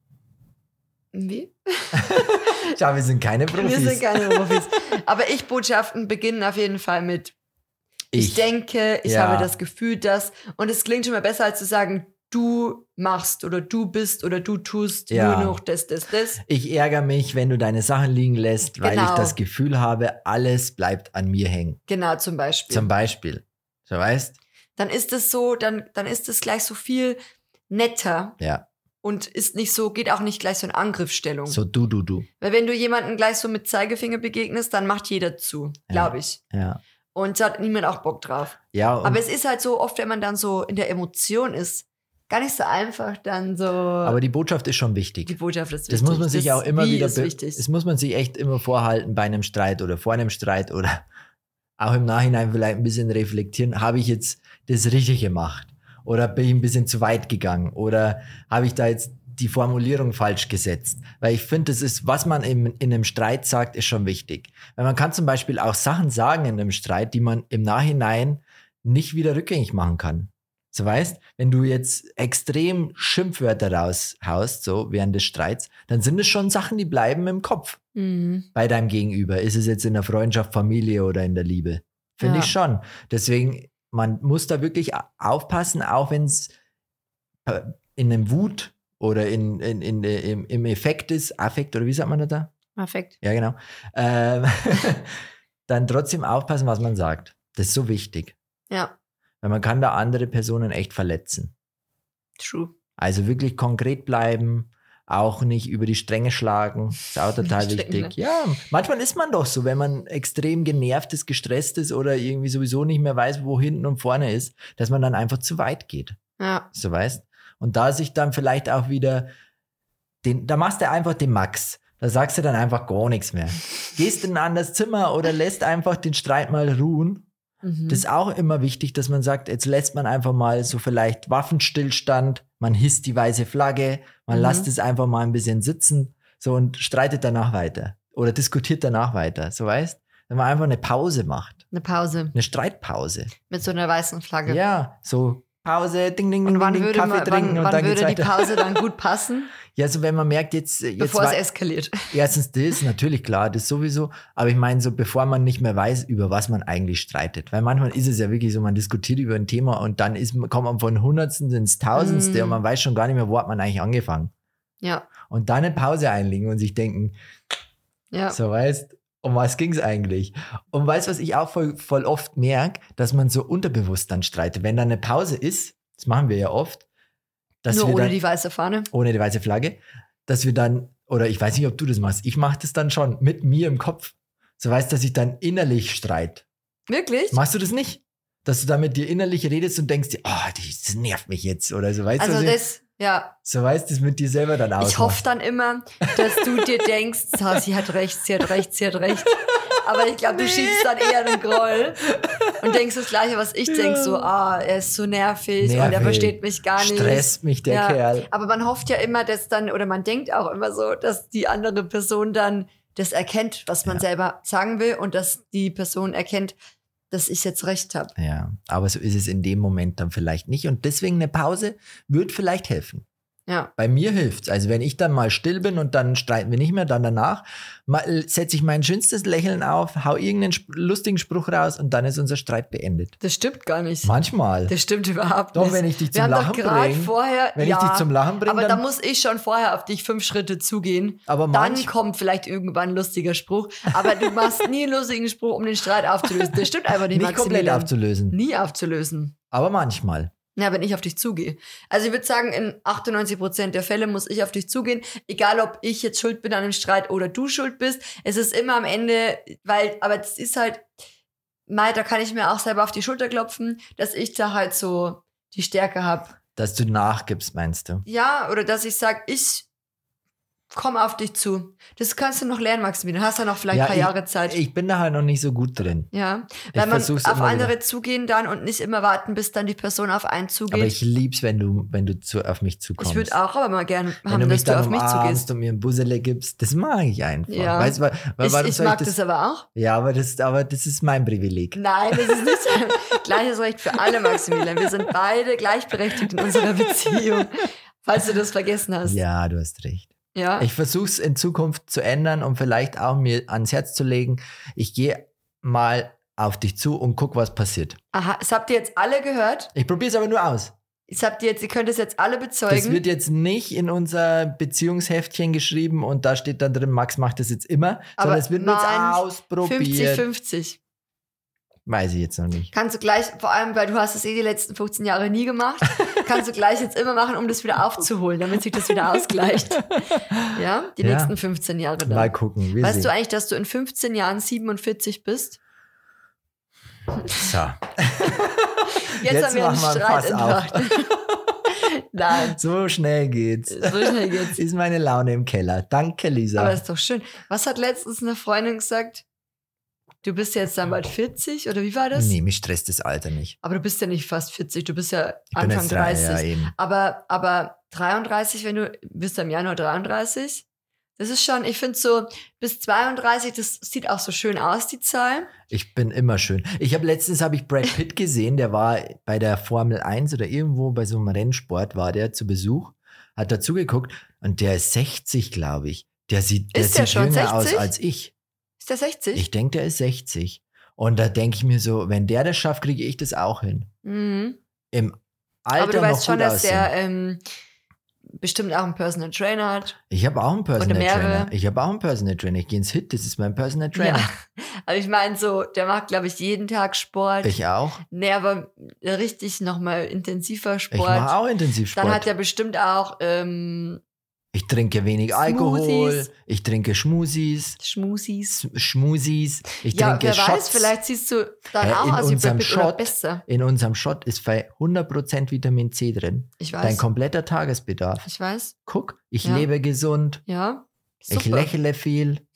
[SPEAKER 1] wie?
[SPEAKER 2] Ja, wir sind keine Profis.
[SPEAKER 1] Wir sind keine Profis. Aber Ich-Botschaften beginnen auf jeden Fall mit Ich,
[SPEAKER 2] Ich.
[SPEAKER 1] denke, ich
[SPEAKER 2] Ja.
[SPEAKER 1] habe das Gefühl, dass. Und es klingt schon mal besser, als zu sagen, du machst oder du bist oder du tust
[SPEAKER 2] Ja.
[SPEAKER 1] nur noch das, das, das.
[SPEAKER 2] Ich ärgere mich, wenn du deine Sachen liegen lässt, weil
[SPEAKER 1] Genau.
[SPEAKER 2] ich das Gefühl habe, alles bleibt an mir hängen.
[SPEAKER 1] Genau, zum Beispiel.
[SPEAKER 2] Zum Beispiel. So weißt?
[SPEAKER 1] dann ist es so, dann, dann ist es gleich so viel netter
[SPEAKER 2] Ja.
[SPEAKER 1] und ist nicht so, geht auch nicht gleich so in Angriffsstellung.
[SPEAKER 2] So du, du, du.
[SPEAKER 1] Weil wenn du jemanden gleich so mit Zeigefinger begegnest, dann macht jeder zu, glaube ich.
[SPEAKER 2] Ja.
[SPEAKER 1] Und da hat niemand auch Bock drauf.
[SPEAKER 2] Ja, und,
[SPEAKER 1] Aber es ist halt so, oft, wenn man dann so in der Emotion ist, gar nicht so einfach dann so.
[SPEAKER 2] aber die Botschaft ist schon wichtig.
[SPEAKER 1] die Botschaft ist wichtig.
[SPEAKER 2] Das muss man sich
[SPEAKER 1] Das
[SPEAKER 2] auch immer
[SPEAKER 1] Wie
[SPEAKER 2] wieder,
[SPEAKER 1] ist
[SPEAKER 2] be-
[SPEAKER 1] wichtig.
[SPEAKER 2] das muss man sich echt immer vorhalten bei einem Streit oder vor einem Streit oder auch im Nachhinein vielleicht ein bisschen reflektieren. Habe ich jetzt das richtig gemacht? Oder bin ich ein bisschen zu weit gegangen? Oder habe ich da jetzt die Formulierung falsch gesetzt? Weil ich finde, das ist, was man im, in einem Streit sagt, ist schon wichtig. Weil man kann zum Beispiel auch Sachen sagen in einem Streit, die man im Nachhinein nicht wieder rückgängig machen kann. So weißt, wenn du jetzt extrem Schimpfwörter raushaust, so während des Streits, dann sind es schon Sachen, die bleiben im Kopf
[SPEAKER 1] Mhm.
[SPEAKER 2] bei deinem Gegenüber. Ist es jetzt in der Freundschaft, Familie oder in der Liebe? Finde
[SPEAKER 1] Ja.
[SPEAKER 2] ich schon. Deswegen, man muss da wirklich a- aufpassen, auch wenn es in einem Wut oder in, in, in, im, im Effekt ist, Affekt oder wie sagt man das da?
[SPEAKER 1] Perfekt.
[SPEAKER 2] Ja, genau. Ähm, dann trotzdem aufpassen, was man sagt. Das ist so wichtig.
[SPEAKER 1] Ja,
[SPEAKER 2] Weil man kann da andere Personen echt verletzen.
[SPEAKER 1] true.
[SPEAKER 2] Also wirklich konkret bleiben, auch nicht über die Stränge schlagen. Ist auch total
[SPEAKER 1] Stränge.
[SPEAKER 2] wichtig. Ja, manchmal ist man doch so, wenn man extrem genervt ist, gestresst ist oder irgendwie sowieso nicht mehr weiß, wo hinten und vorne ist, dass man dann einfach zu weit geht.
[SPEAKER 1] Ja,
[SPEAKER 2] So weißt. Und da sich dann vielleicht auch wieder, den, da machst du einfach den Max. Da sagst du dann einfach gar nichts mehr. Gehst in ein anderes Zimmer oder lässt einfach den Streit mal ruhen.
[SPEAKER 1] mhm.
[SPEAKER 2] Das ist auch immer wichtig, dass man sagt, jetzt lässt man einfach mal so vielleicht Waffenstillstand, man hisst die weiße Flagge, man
[SPEAKER 1] Mhm.
[SPEAKER 2] lässt es einfach mal ein bisschen sitzen, so und streitet danach weiter oder diskutiert danach weiter, so weißt? Wenn man einfach eine Pause macht,
[SPEAKER 1] eine Pause
[SPEAKER 2] eine Streitpause.
[SPEAKER 1] mit so einer weißen Flagge.
[SPEAKER 2] Ja, so Pause, ding, ding, ding,
[SPEAKER 1] Und wann
[SPEAKER 2] ding,
[SPEAKER 1] würde,
[SPEAKER 2] Kaffee
[SPEAKER 1] man,
[SPEAKER 2] trinken
[SPEAKER 1] wann,
[SPEAKER 2] und
[SPEAKER 1] wann
[SPEAKER 2] dann geht's
[SPEAKER 1] würde die
[SPEAKER 2] weiter.
[SPEAKER 1] Pause dann gut passen,
[SPEAKER 2] Ja, so wenn man merkt, jetzt, jetzt
[SPEAKER 1] bevor
[SPEAKER 2] war,
[SPEAKER 1] es eskaliert?
[SPEAKER 2] erstens das, natürlich klar, das sowieso, aber ich meine so, bevor man nicht mehr weiß, über was man eigentlich streitet. Weil manchmal ist es ja wirklich so, man diskutiert über ein Thema und dann ist, kommt man von Hundertsten ins Tausendste
[SPEAKER 1] Mm.
[SPEAKER 2] und man weiß schon gar nicht mehr, wo hat man eigentlich angefangen.
[SPEAKER 1] Ja,
[SPEAKER 2] Und dann eine Pause einlegen und sich denken,
[SPEAKER 1] ja.
[SPEAKER 2] so weißt, um was ging's eigentlich? Und weißt, was ich auch voll, voll oft merke, dass man so unterbewusst dann streitet. Wenn dann eine Pause ist, das machen wir ja oft, dass
[SPEAKER 1] Nur
[SPEAKER 2] wir
[SPEAKER 1] ohne
[SPEAKER 2] dann,
[SPEAKER 1] die weiße Fahne.
[SPEAKER 2] ohne die weiße Flagge, dass wir dann, oder ich weiß nicht, ob du das machst, ich mache das dann schon mit mir im Kopf. So weißt, dass ich dann innerlich streit.
[SPEAKER 1] Wirklich?
[SPEAKER 2] Machst du das nicht? Dass du da mit dir innerlich redest und denkst dir, oh, das nervt mich jetzt oder so, weißt
[SPEAKER 1] Also
[SPEAKER 2] du?
[SPEAKER 1] das, ja.
[SPEAKER 2] So weißt du, das mit dir selber dann aus.
[SPEAKER 1] Ich hoffe dann immer, dass du dir denkst, so, sie hat recht, sie hat recht, sie hat recht. Aber ich glaube, du schiebst dann eher den Groll und denkst das Gleiche, was ich denke, so, ah, er ist so nervig, nervig und er versteht mich gar nicht.
[SPEAKER 2] Stresst mich der
[SPEAKER 1] ja.
[SPEAKER 2] Kerl.
[SPEAKER 1] Aber man hofft ja immer, dass dann, oder man denkt auch immer so, dass die andere Person dann das erkennt, was man ja. selber sagen will und dass die Person erkennt, dass ich jetzt recht habe.
[SPEAKER 2] Ja, aber so ist es in dem Moment dann vielleicht nicht und deswegen eine Pause wird vielleicht helfen.
[SPEAKER 1] Ja.
[SPEAKER 2] Bei mir hilft's. Also wenn ich dann mal still bin und dann streiten wir nicht mehr, dann danach setze ich mein schönstes Lächeln auf, hau irgendeinen sp- lustigen Spruch raus und dann ist unser Streit beendet.
[SPEAKER 1] Das stimmt gar nicht.
[SPEAKER 2] Manchmal.
[SPEAKER 1] Das stimmt überhaupt
[SPEAKER 2] Doch,
[SPEAKER 1] nicht.
[SPEAKER 2] wenn ich dich
[SPEAKER 1] wir
[SPEAKER 2] zum Lachen
[SPEAKER 1] bringe, vorher,
[SPEAKER 2] wenn
[SPEAKER 1] ja,
[SPEAKER 2] ich dich zum Lachen bringe,
[SPEAKER 1] aber
[SPEAKER 2] dann,
[SPEAKER 1] da muss ich schon vorher auf dich fünf Schritte zugehen.
[SPEAKER 2] Aber
[SPEAKER 1] dann
[SPEAKER 2] manch-
[SPEAKER 1] kommt vielleicht irgendwann ein lustiger Spruch. Aber du machst nie einen lustigen Spruch, um den Streit aufzulösen. Das stimmt einfach nicht,
[SPEAKER 2] nicht komplett aufzulösen.
[SPEAKER 1] Nie aufzulösen.
[SPEAKER 2] Aber manchmal.
[SPEAKER 1] Ja, wenn ich auf dich zugehe. Also ich würde sagen, in achtundneunzig Prozent der Fälle muss ich auf dich zugehen. Egal, ob ich jetzt schuld bin an einem Streit oder du schuld bist. Es ist immer am Ende, weil, aber es ist halt, Mai, da kann ich mir auch selber auf die Schulter klopfen, dass ich da halt so die Stärke habe.
[SPEAKER 2] Dass du nachgibst, meinst du?
[SPEAKER 1] Ja, oder dass ich sage, ich komme auf dich zu. Das kannst du noch lernen, Maximilian. Du hast ja noch vielleicht
[SPEAKER 2] ja,
[SPEAKER 1] ein paar
[SPEAKER 2] ich,
[SPEAKER 1] Jahre Zeit.
[SPEAKER 2] Ich bin da halt noch nicht so gut drin.
[SPEAKER 1] Ja,
[SPEAKER 2] ich
[SPEAKER 1] weil man
[SPEAKER 2] auf
[SPEAKER 1] andere
[SPEAKER 2] wieder.
[SPEAKER 1] zugehen dann und nicht immer warten, bis dann die Person auf einen zugeht.
[SPEAKER 2] Aber ich lieb's, wenn du, wenn du zu, auf mich zukommst.
[SPEAKER 1] Ich würde auch aber mal gerne
[SPEAKER 2] wenn
[SPEAKER 1] haben,
[SPEAKER 2] du
[SPEAKER 1] dass
[SPEAKER 2] mich
[SPEAKER 1] du
[SPEAKER 2] dann
[SPEAKER 1] auf mich zugehst.
[SPEAKER 2] und mir ein Bussele gibst, das mag ich einfach.
[SPEAKER 1] Ja.
[SPEAKER 2] Weißt, weil, weil,
[SPEAKER 1] ich
[SPEAKER 2] warum
[SPEAKER 1] ich
[SPEAKER 2] soll
[SPEAKER 1] mag
[SPEAKER 2] ich
[SPEAKER 1] das, das aber auch.
[SPEAKER 2] Ja, aber das, aber das ist mein Privileg.
[SPEAKER 1] Nein, das ist nicht gleiches Recht für alle, Maximilian. Wir sind beide gleichberechtigt in unserer Beziehung, falls du das vergessen hast.
[SPEAKER 2] Ja, du hast recht.
[SPEAKER 1] Ja.
[SPEAKER 2] Ich versuche es in Zukunft zu ändern und vielleicht auch mir ans Herz zu legen, ich gehe mal auf dich zu und guck, was passiert.
[SPEAKER 1] Aha, das habt ihr jetzt alle gehört?
[SPEAKER 2] Ich probiere es aber nur aus.
[SPEAKER 1] Das habt ihr jetzt, ihr könnt es jetzt alle bezeugen.
[SPEAKER 2] Das wird jetzt nicht in unser Beziehungsheftchen geschrieben und da steht dann drin, Max macht das jetzt immer,
[SPEAKER 1] aber
[SPEAKER 2] sondern es wird nur jetzt ausprobiert.
[SPEAKER 1] fünfzig fünfzig.
[SPEAKER 2] Weiß ich jetzt noch nicht.
[SPEAKER 1] Kannst du gleich, vor allem, weil du hast es eh die letzten fünfzehn Jahre nie gemacht, kannst du gleich jetzt immer machen, um das wieder aufzuholen, damit sich das wieder ausgleicht. Ja, die
[SPEAKER 2] Ja.
[SPEAKER 1] nächsten fünfzehn Jahre dann.
[SPEAKER 2] Mal gucken. Wir
[SPEAKER 1] Weißt
[SPEAKER 2] sehen.
[SPEAKER 1] du eigentlich, dass du in fünfzehn Jahren siebenundvierzig bist?
[SPEAKER 2] So.
[SPEAKER 1] Jetzt,
[SPEAKER 2] Jetzt
[SPEAKER 1] haben wir einen
[SPEAKER 2] machen wir ein
[SPEAKER 1] Streit
[SPEAKER 2] Fass auf.
[SPEAKER 1] entfacht. Nein,
[SPEAKER 2] So schnell geht's.
[SPEAKER 1] so schnell geht's.
[SPEAKER 2] Ist meine Laune im Keller. Danke, Lisa.
[SPEAKER 1] Aber ist doch schön. Was hat letztens eine Freundin gesagt? Du bist jetzt dann bald vierzig oder wie war das?
[SPEAKER 2] Nee, mich stresst das Alter nicht.
[SPEAKER 1] Aber du bist ja nicht fast vierzig, du bist ja
[SPEAKER 2] Ich bin
[SPEAKER 1] Anfang
[SPEAKER 2] jetzt drei,
[SPEAKER 1] dreißig.
[SPEAKER 2] ja, eben.
[SPEAKER 1] Aber, aber dreiunddreißig, wenn du bist im Januar dreiunddreißig, das ist schon, ich finde so bis zweiunddreißig, das sieht auch so schön aus, die Zahl.
[SPEAKER 2] Ich bin immer schön. Ich habe letztens habe ich Brad Pitt gesehen, der war bei der Formel eins oder irgendwo bei so einem Rennsport war der zu Besuch, hat dazu geguckt und der ist sechzig, glaube ich. Der sieht, der
[SPEAKER 1] Ist der
[SPEAKER 2] sieht
[SPEAKER 1] schon
[SPEAKER 2] jünger
[SPEAKER 1] sechzig?
[SPEAKER 2] aus als ich.
[SPEAKER 1] Ist der sechzig?
[SPEAKER 2] Ich denke, der ist sechzig. Und da denke ich mir so, wenn der das schafft, kriege ich das auch hin.
[SPEAKER 1] Mhm.
[SPEAKER 2] Im Alter
[SPEAKER 1] Aber du
[SPEAKER 2] noch
[SPEAKER 1] weißt schon,
[SPEAKER 2] gut
[SPEAKER 1] dass
[SPEAKER 2] aussehen.
[SPEAKER 1] der ähm, bestimmt auch einen Personal Trainer hat.
[SPEAKER 2] Ich habe auch einen Personal
[SPEAKER 1] mehrere.
[SPEAKER 2] Trainer. Ich habe auch einen Personal Trainer. Ich gehe ins Hit, das ist mein Personal Trainer.
[SPEAKER 1] Ja. Aber ich meine so, der macht, glaube ich, jeden Tag Sport.
[SPEAKER 2] Ich auch.
[SPEAKER 1] Nee, aber richtig nochmal intensiver
[SPEAKER 2] Ich
[SPEAKER 1] Sport.
[SPEAKER 2] mache auch Intensivsport.
[SPEAKER 1] Dann hat er bestimmt auch ähm,
[SPEAKER 2] Ich trinke wenig
[SPEAKER 1] Smoothies.
[SPEAKER 2] Alkohol. Ich trinke Schmusis.
[SPEAKER 1] Schmusis.
[SPEAKER 2] Schmusis. Ich
[SPEAKER 1] Ja,
[SPEAKER 2] trinke
[SPEAKER 1] wer
[SPEAKER 2] Shots.
[SPEAKER 1] weiß, vielleicht siehst du dann
[SPEAKER 2] Hä,
[SPEAKER 1] auch
[SPEAKER 2] in
[SPEAKER 1] aus wie
[SPEAKER 2] unserem
[SPEAKER 1] Brad Pitt oder
[SPEAKER 2] Shot-
[SPEAKER 1] besser.
[SPEAKER 2] In unserem Shot ist bei hundert Prozent Vitamin C drin.
[SPEAKER 1] Ich
[SPEAKER 2] Dein
[SPEAKER 1] weiß.
[SPEAKER 2] kompletter Tagesbedarf.
[SPEAKER 1] Ich weiß.
[SPEAKER 2] Guck, ich
[SPEAKER 1] Ja.
[SPEAKER 2] lebe gesund.
[SPEAKER 1] Ja.
[SPEAKER 2] Ich
[SPEAKER 1] Super.
[SPEAKER 2] lächle viel.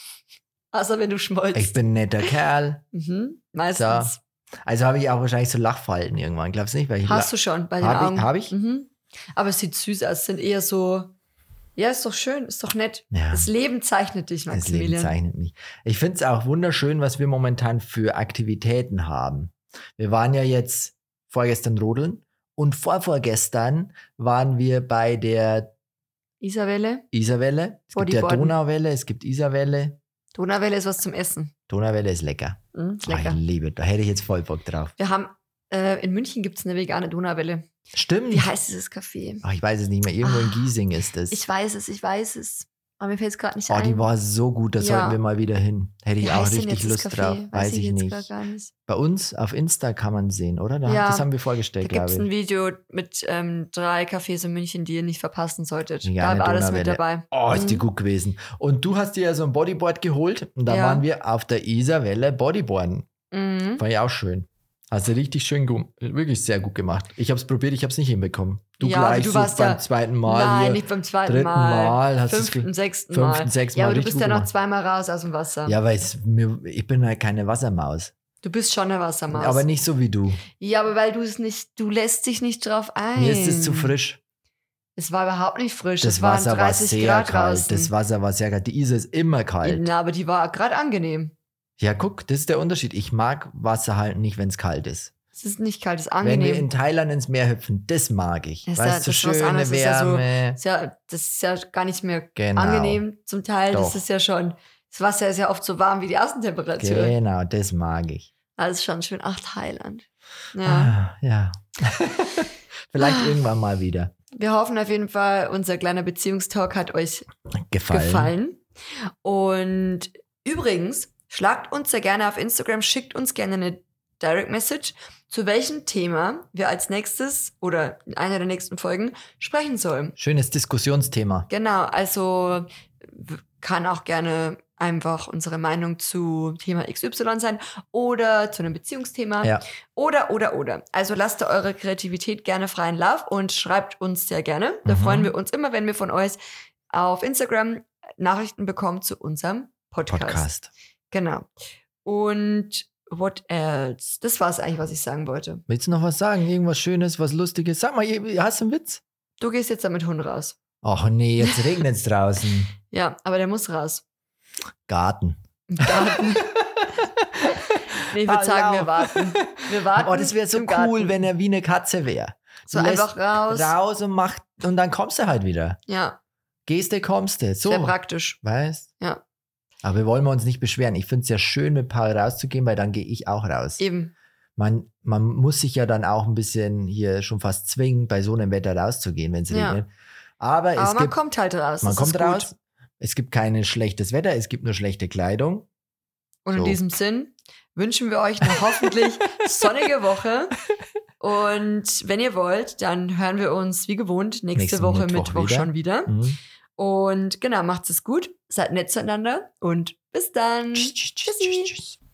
[SPEAKER 1] Außer wenn du schmolzt.
[SPEAKER 2] Ich bin ein netter Kerl.
[SPEAKER 1] Mhm. Meistens.
[SPEAKER 2] Also habe ich auch wahrscheinlich so Lachfalten irgendwann. Glaubst du nicht? Weil ich
[SPEAKER 1] Hast du schon bei den
[SPEAKER 2] Hab ich-
[SPEAKER 1] Augen.
[SPEAKER 2] hab ich?
[SPEAKER 1] Mhm. Aber es sieht süß aus. Es sind eher so. Ja, ist doch schön, ist doch nett.
[SPEAKER 2] Ja.
[SPEAKER 1] Das Leben zeichnet dich,
[SPEAKER 2] Das Leben
[SPEAKER 1] Maximilian.
[SPEAKER 2] zeichnet mich. Ich finde es auch wunderschön, was wir momentan für Aktivitäten haben. Wir waren ja jetzt vorgestern rodeln und vorvorgestern waren wir bei der
[SPEAKER 1] Isarwelle.
[SPEAKER 2] Isarwelle. Es gibt ja
[SPEAKER 1] Bodyboarden.
[SPEAKER 2] Donauwelle, es gibt Isarwelle.
[SPEAKER 1] Donauwelle ist was zum Essen.
[SPEAKER 2] Donauwelle ist lecker.
[SPEAKER 1] Mhm, ist
[SPEAKER 2] Ah,
[SPEAKER 1] lecker.
[SPEAKER 2] ich liebe, da hätte ich jetzt voll Bock drauf.
[SPEAKER 1] Wir haben, äh, in München gibt es eine vegane Donauwelle.
[SPEAKER 2] Stimmt.
[SPEAKER 1] Wie heißt dieses Café?
[SPEAKER 2] Ach, ich weiß es nicht mehr. Irgendwo in
[SPEAKER 1] Ah,
[SPEAKER 2] Giesing ist es.
[SPEAKER 1] Ich weiß es, ich weiß es. Aber mir fällt es gerade nicht
[SPEAKER 2] Oh,
[SPEAKER 1] ein.
[SPEAKER 2] die war so gut, da
[SPEAKER 1] Ja.
[SPEAKER 2] sollten wir mal wieder hin. Hätte ich
[SPEAKER 1] Wie
[SPEAKER 2] auch
[SPEAKER 1] heißt denn
[SPEAKER 2] richtig
[SPEAKER 1] jetzt das
[SPEAKER 2] Lust
[SPEAKER 1] Café?
[SPEAKER 2] drauf. Weiß ich
[SPEAKER 1] jetzt
[SPEAKER 2] nicht.
[SPEAKER 1] grad gar nicht.
[SPEAKER 2] Bei uns auf Insta kann man sehen, oder? Da,
[SPEAKER 1] Ja.
[SPEAKER 2] Das haben wir
[SPEAKER 1] Da
[SPEAKER 2] vorgestellt,
[SPEAKER 1] gibt es
[SPEAKER 2] glaube
[SPEAKER 1] ein
[SPEAKER 2] ich.
[SPEAKER 1] Video mit ähm, drei Cafés in München, die ihr nicht verpassen solltet.
[SPEAKER 2] Ja,
[SPEAKER 1] da war
[SPEAKER 2] eine
[SPEAKER 1] alles mit
[SPEAKER 2] Donauwelle.
[SPEAKER 1] dabei.
[SPEAKER 2] Oh, ist die
[SPEAKER 1] Mhm.
[SPEAKER 2] gut gewesen. Und du hast dir ja so ein Bodyboard geholt und da
[SPEAKER 1] Ja.
[SPEAKER 2] waren wir auf der Isarwelle Bodyboarden.
[SPEAKER 1] Mhm.
[SPEAKER 2] War ja auch schön. Hast du richtig schön, gu- wirklich sehr gut gemacht. Ich habe es probiert, ich habe es nicht hinbekommen. Du
[SPEAKER 1] Ja, aber
[SPEAKER 2] gleich
[SPEAKER 1] du
[SPEAKER 2] so
[SPEAKER 1] warst
[SPEAKER 2] beim
[SPEAKER 1] ja-
[SPEAKER 2] zweiten Mal.
[SPEAKER 1] Nein,
[SPEAKER 2] hier.
[SPEAKER 1] nicht beim zweiten
[SPEAKER 2] dritten
[SPEAKER 1] Mal.
[SPEAKER 2] Mal hast du's
[SPEAKER 1] fünften,
[SPEAKER 2] ge-
[SPEAKER 1] sechsten
[SPEAKER 2] fünften,
[SPEAKER 1] Mal.
[SPEAKER 2] sechsten
[SPEAKER 1] ja,
[SPEAKER 2] Mal
[SPEAKER 1] aber du
[SPEAKER 2] richtig
[SPEAKER 1] bist ja
[SPEAKER 2] gut
[SPEAKER 1] noch
[SPEAKER 2] gemacht.
[SPEAKER 1] zweimal raus aus dem Wasser.
[SPEAKER 2] Ja, weil es, mir, ich bin halt keine Wassermaus.
[SPEAKER 1] Du bist schon eine Wassermaus.
[SPEAKER 2] Aber nicht so wie du.
[SPEAKER 1] Ja, aber weil du es nicht, du lässt dich nicht drauf ein.
[SPEAKER 2] Mir ist es zu frisch.
[SPEAKER 1] Es war überhaupt nicht frisch.
[SPEAKER 2] Das
[SPEAKER 1] es waren
[SPEAKER 2] Wasser war
[SPEAKER 1] dreißig
[SPEAKER 2] sehr
[SPEAKER 1] Grad
[SPEAKER 2] kalt.
[SPEAKER 1] draußen.
[SPEAKER 2] Das Wasser war sehr kalt. Die Isar ist immer kalt.
[SPEAKER 1] Na, aber die war gerade angenehm.
[SPEAKER 2] Ja, guck, das ist der Unterschied. Ich mag Wasser halt nicht, wenn es kalt ist.
[SPEAKER 1] Es ist nicht kalt, es ist
[SPEAKER 2] Wenn wir
[SPEAKER 1] angenehm.
[SPEAKER 2] in Thailand ins Meer hüpfen, das mag ich.
[SPEAKER 1] Das ist
[SPEAKER 2] Weißt
[SPEAKER 1] ja-
[SPEAKER 2] du,
[SPEAKER 1] das ist was
[SPEAKER 2] schöne
[SPEAKER 1] anderes, das ist ja so-
[SPEAKER 2] Wärme.
[SPEAKER 1] ist ja, das ist ja gar nicht mehr
[SPEAKER 2] Genau.
[SPEAKER 1] angenehm zum Teil. Das
[SPEAKER 2] Doch.
[SPEAKER 1] ist ja schon, das Wasser ist ja oft so warm wie die Außentemperatur.
[SPEAKER 2] Genau, das mag ich.
[SPEAKER 1] Alles schon schön. Ach, Thailand. Ja.
[SPEAKER 2] Ah, ja. Vielleicht irgendwann mal wieder.
[SPEAKER 1] Wir hoffen auf jeden Fall, unser kleiner Beziehungstalk hat euch
[SPEAKER 2] Gefallen.
[SPEAKER 1] gefallen. Und übrigens, schlagt uns sehr gerne auf Instagram, schickt uns gerne eine Direct Message, zu welchem Thema wir als nächstes oder in einer der nächsten Folgen sprechen sollen.
[SPEAKER 2] Schönes Diskussionsthema.
[SPEAKER 1] Genau, also w- kann auch gerne einfach unsere Meinung zu Thema X Y sein oder zu einem Beziehungsthema
[SPEAKER 2] Ja.
[SPEAKER 1] oder, oder, oder. Also lasst eure Kreativität gerne freien Lauf und schreibt uns sehr gerne. Da
[SPEAKER 2] Mhm.
[SPEAKER 1] freuen wir uns immer, wenn wir von euch auf Instagram Nachrichten bekommen zu unserem Podcast.
[SPEAKER 2] Podcast.
[SPEAKER 1] Genau. Und what else? Das war es eigentlich, was ich sagen wollte.
[SPEAKER 2] Willst du noch was sagen? Irgendwas Schönes, was Lustiges? Sag mal, hast du einen Witz?
[SPEAKER 1] Du gehst jetzt damit Hund raus.
[SPEAKER 2] Ach nee, jetzt regnet es draußen.
[SPEAKER 1] Ja, aber der muss raus.
[SPEAKER 2] Garten.
[SPEAKER 1] Im Garten. Nee, ich würde sagen, wir
[SPEAKER 2] Hallo.
[SPEAKER 1] warten. Wir warten.
[SPEAKER 2] Oh, das wäre so
[SPEAKER 1] im
[SPEAKER 2] cool,
[SPEAKER 1] Garten.
[SPEAKER 2] wenn er wie eine Katze wäre.
[SPEAKER 1] So einfach raus.
[SPEAKER 2] Raus und macht, und dann kommst du halt wieder.
[SPEAKER 1] Ja,
[SPEAKER 2] Gehst du, kommst du. So.
[SPEAKER 1] sehr praktisch.
[SPEAKER 2] Weißt?
[SPEAKER 1] Ja.
[SPEAKER 2] Aber wir wollen uns nicht beschweren. Ich finde es ja schön, mit Paul rauszugehen, weil dann gehe ich auch raus.
[SPEAKER 1] Eben.
[SPEAKER 2] Man, man muss sich ja dann auch ein bisschen hier schon fast zwingen, bei so einem Wetter rauszugehen, wenn es
[SPEAKER 1] Ja.
[SPEAKER 2] regnet. Aber,
[SPEAKER 1] Aber
[SPEAKER 2] es
[SPEAKER 1] man
[SPEAKER 2] gibt,
[SPEAKER 1] kommt halt raus.
[SPEAKER 2] man
[SPEAKER 1] das
[SPEAKER 2] kommt
[SPEAKER 1] ist gut.
[SPEAKER 2] raus. Es gibt kein schlechtes Wetter, es gibt nur schlechte Kleidung.
[SPEAKER 1] Und in
[SPEAKER 2] So.
[SPEAKER 1] diesem Sinn wünschen wir euch eine hoffentlich sonnige Woche. Und wenn ihr wollt, dann hören wir uns wie gewohnt nächste
[SPEAKER 2] Nächsten
[SPEAKER 1] Woche
[SPEAKER 2] Mittwoch
[SPEAKER 1] Mittwoch
[SPEAKER 2] wieder.
[SPEAKER 1] schon wieder.
[SPEAKER 2] Mhm.
[SPEAKER 1] Und genau, macht's es gut, seid nett zueinander und bis dann.
[SPEAKER 2] Tschüss, tschüss, tschüss,
[SPEAKER 1] Tschüssi.
[SPEAKER 2] tschüss, tschüss.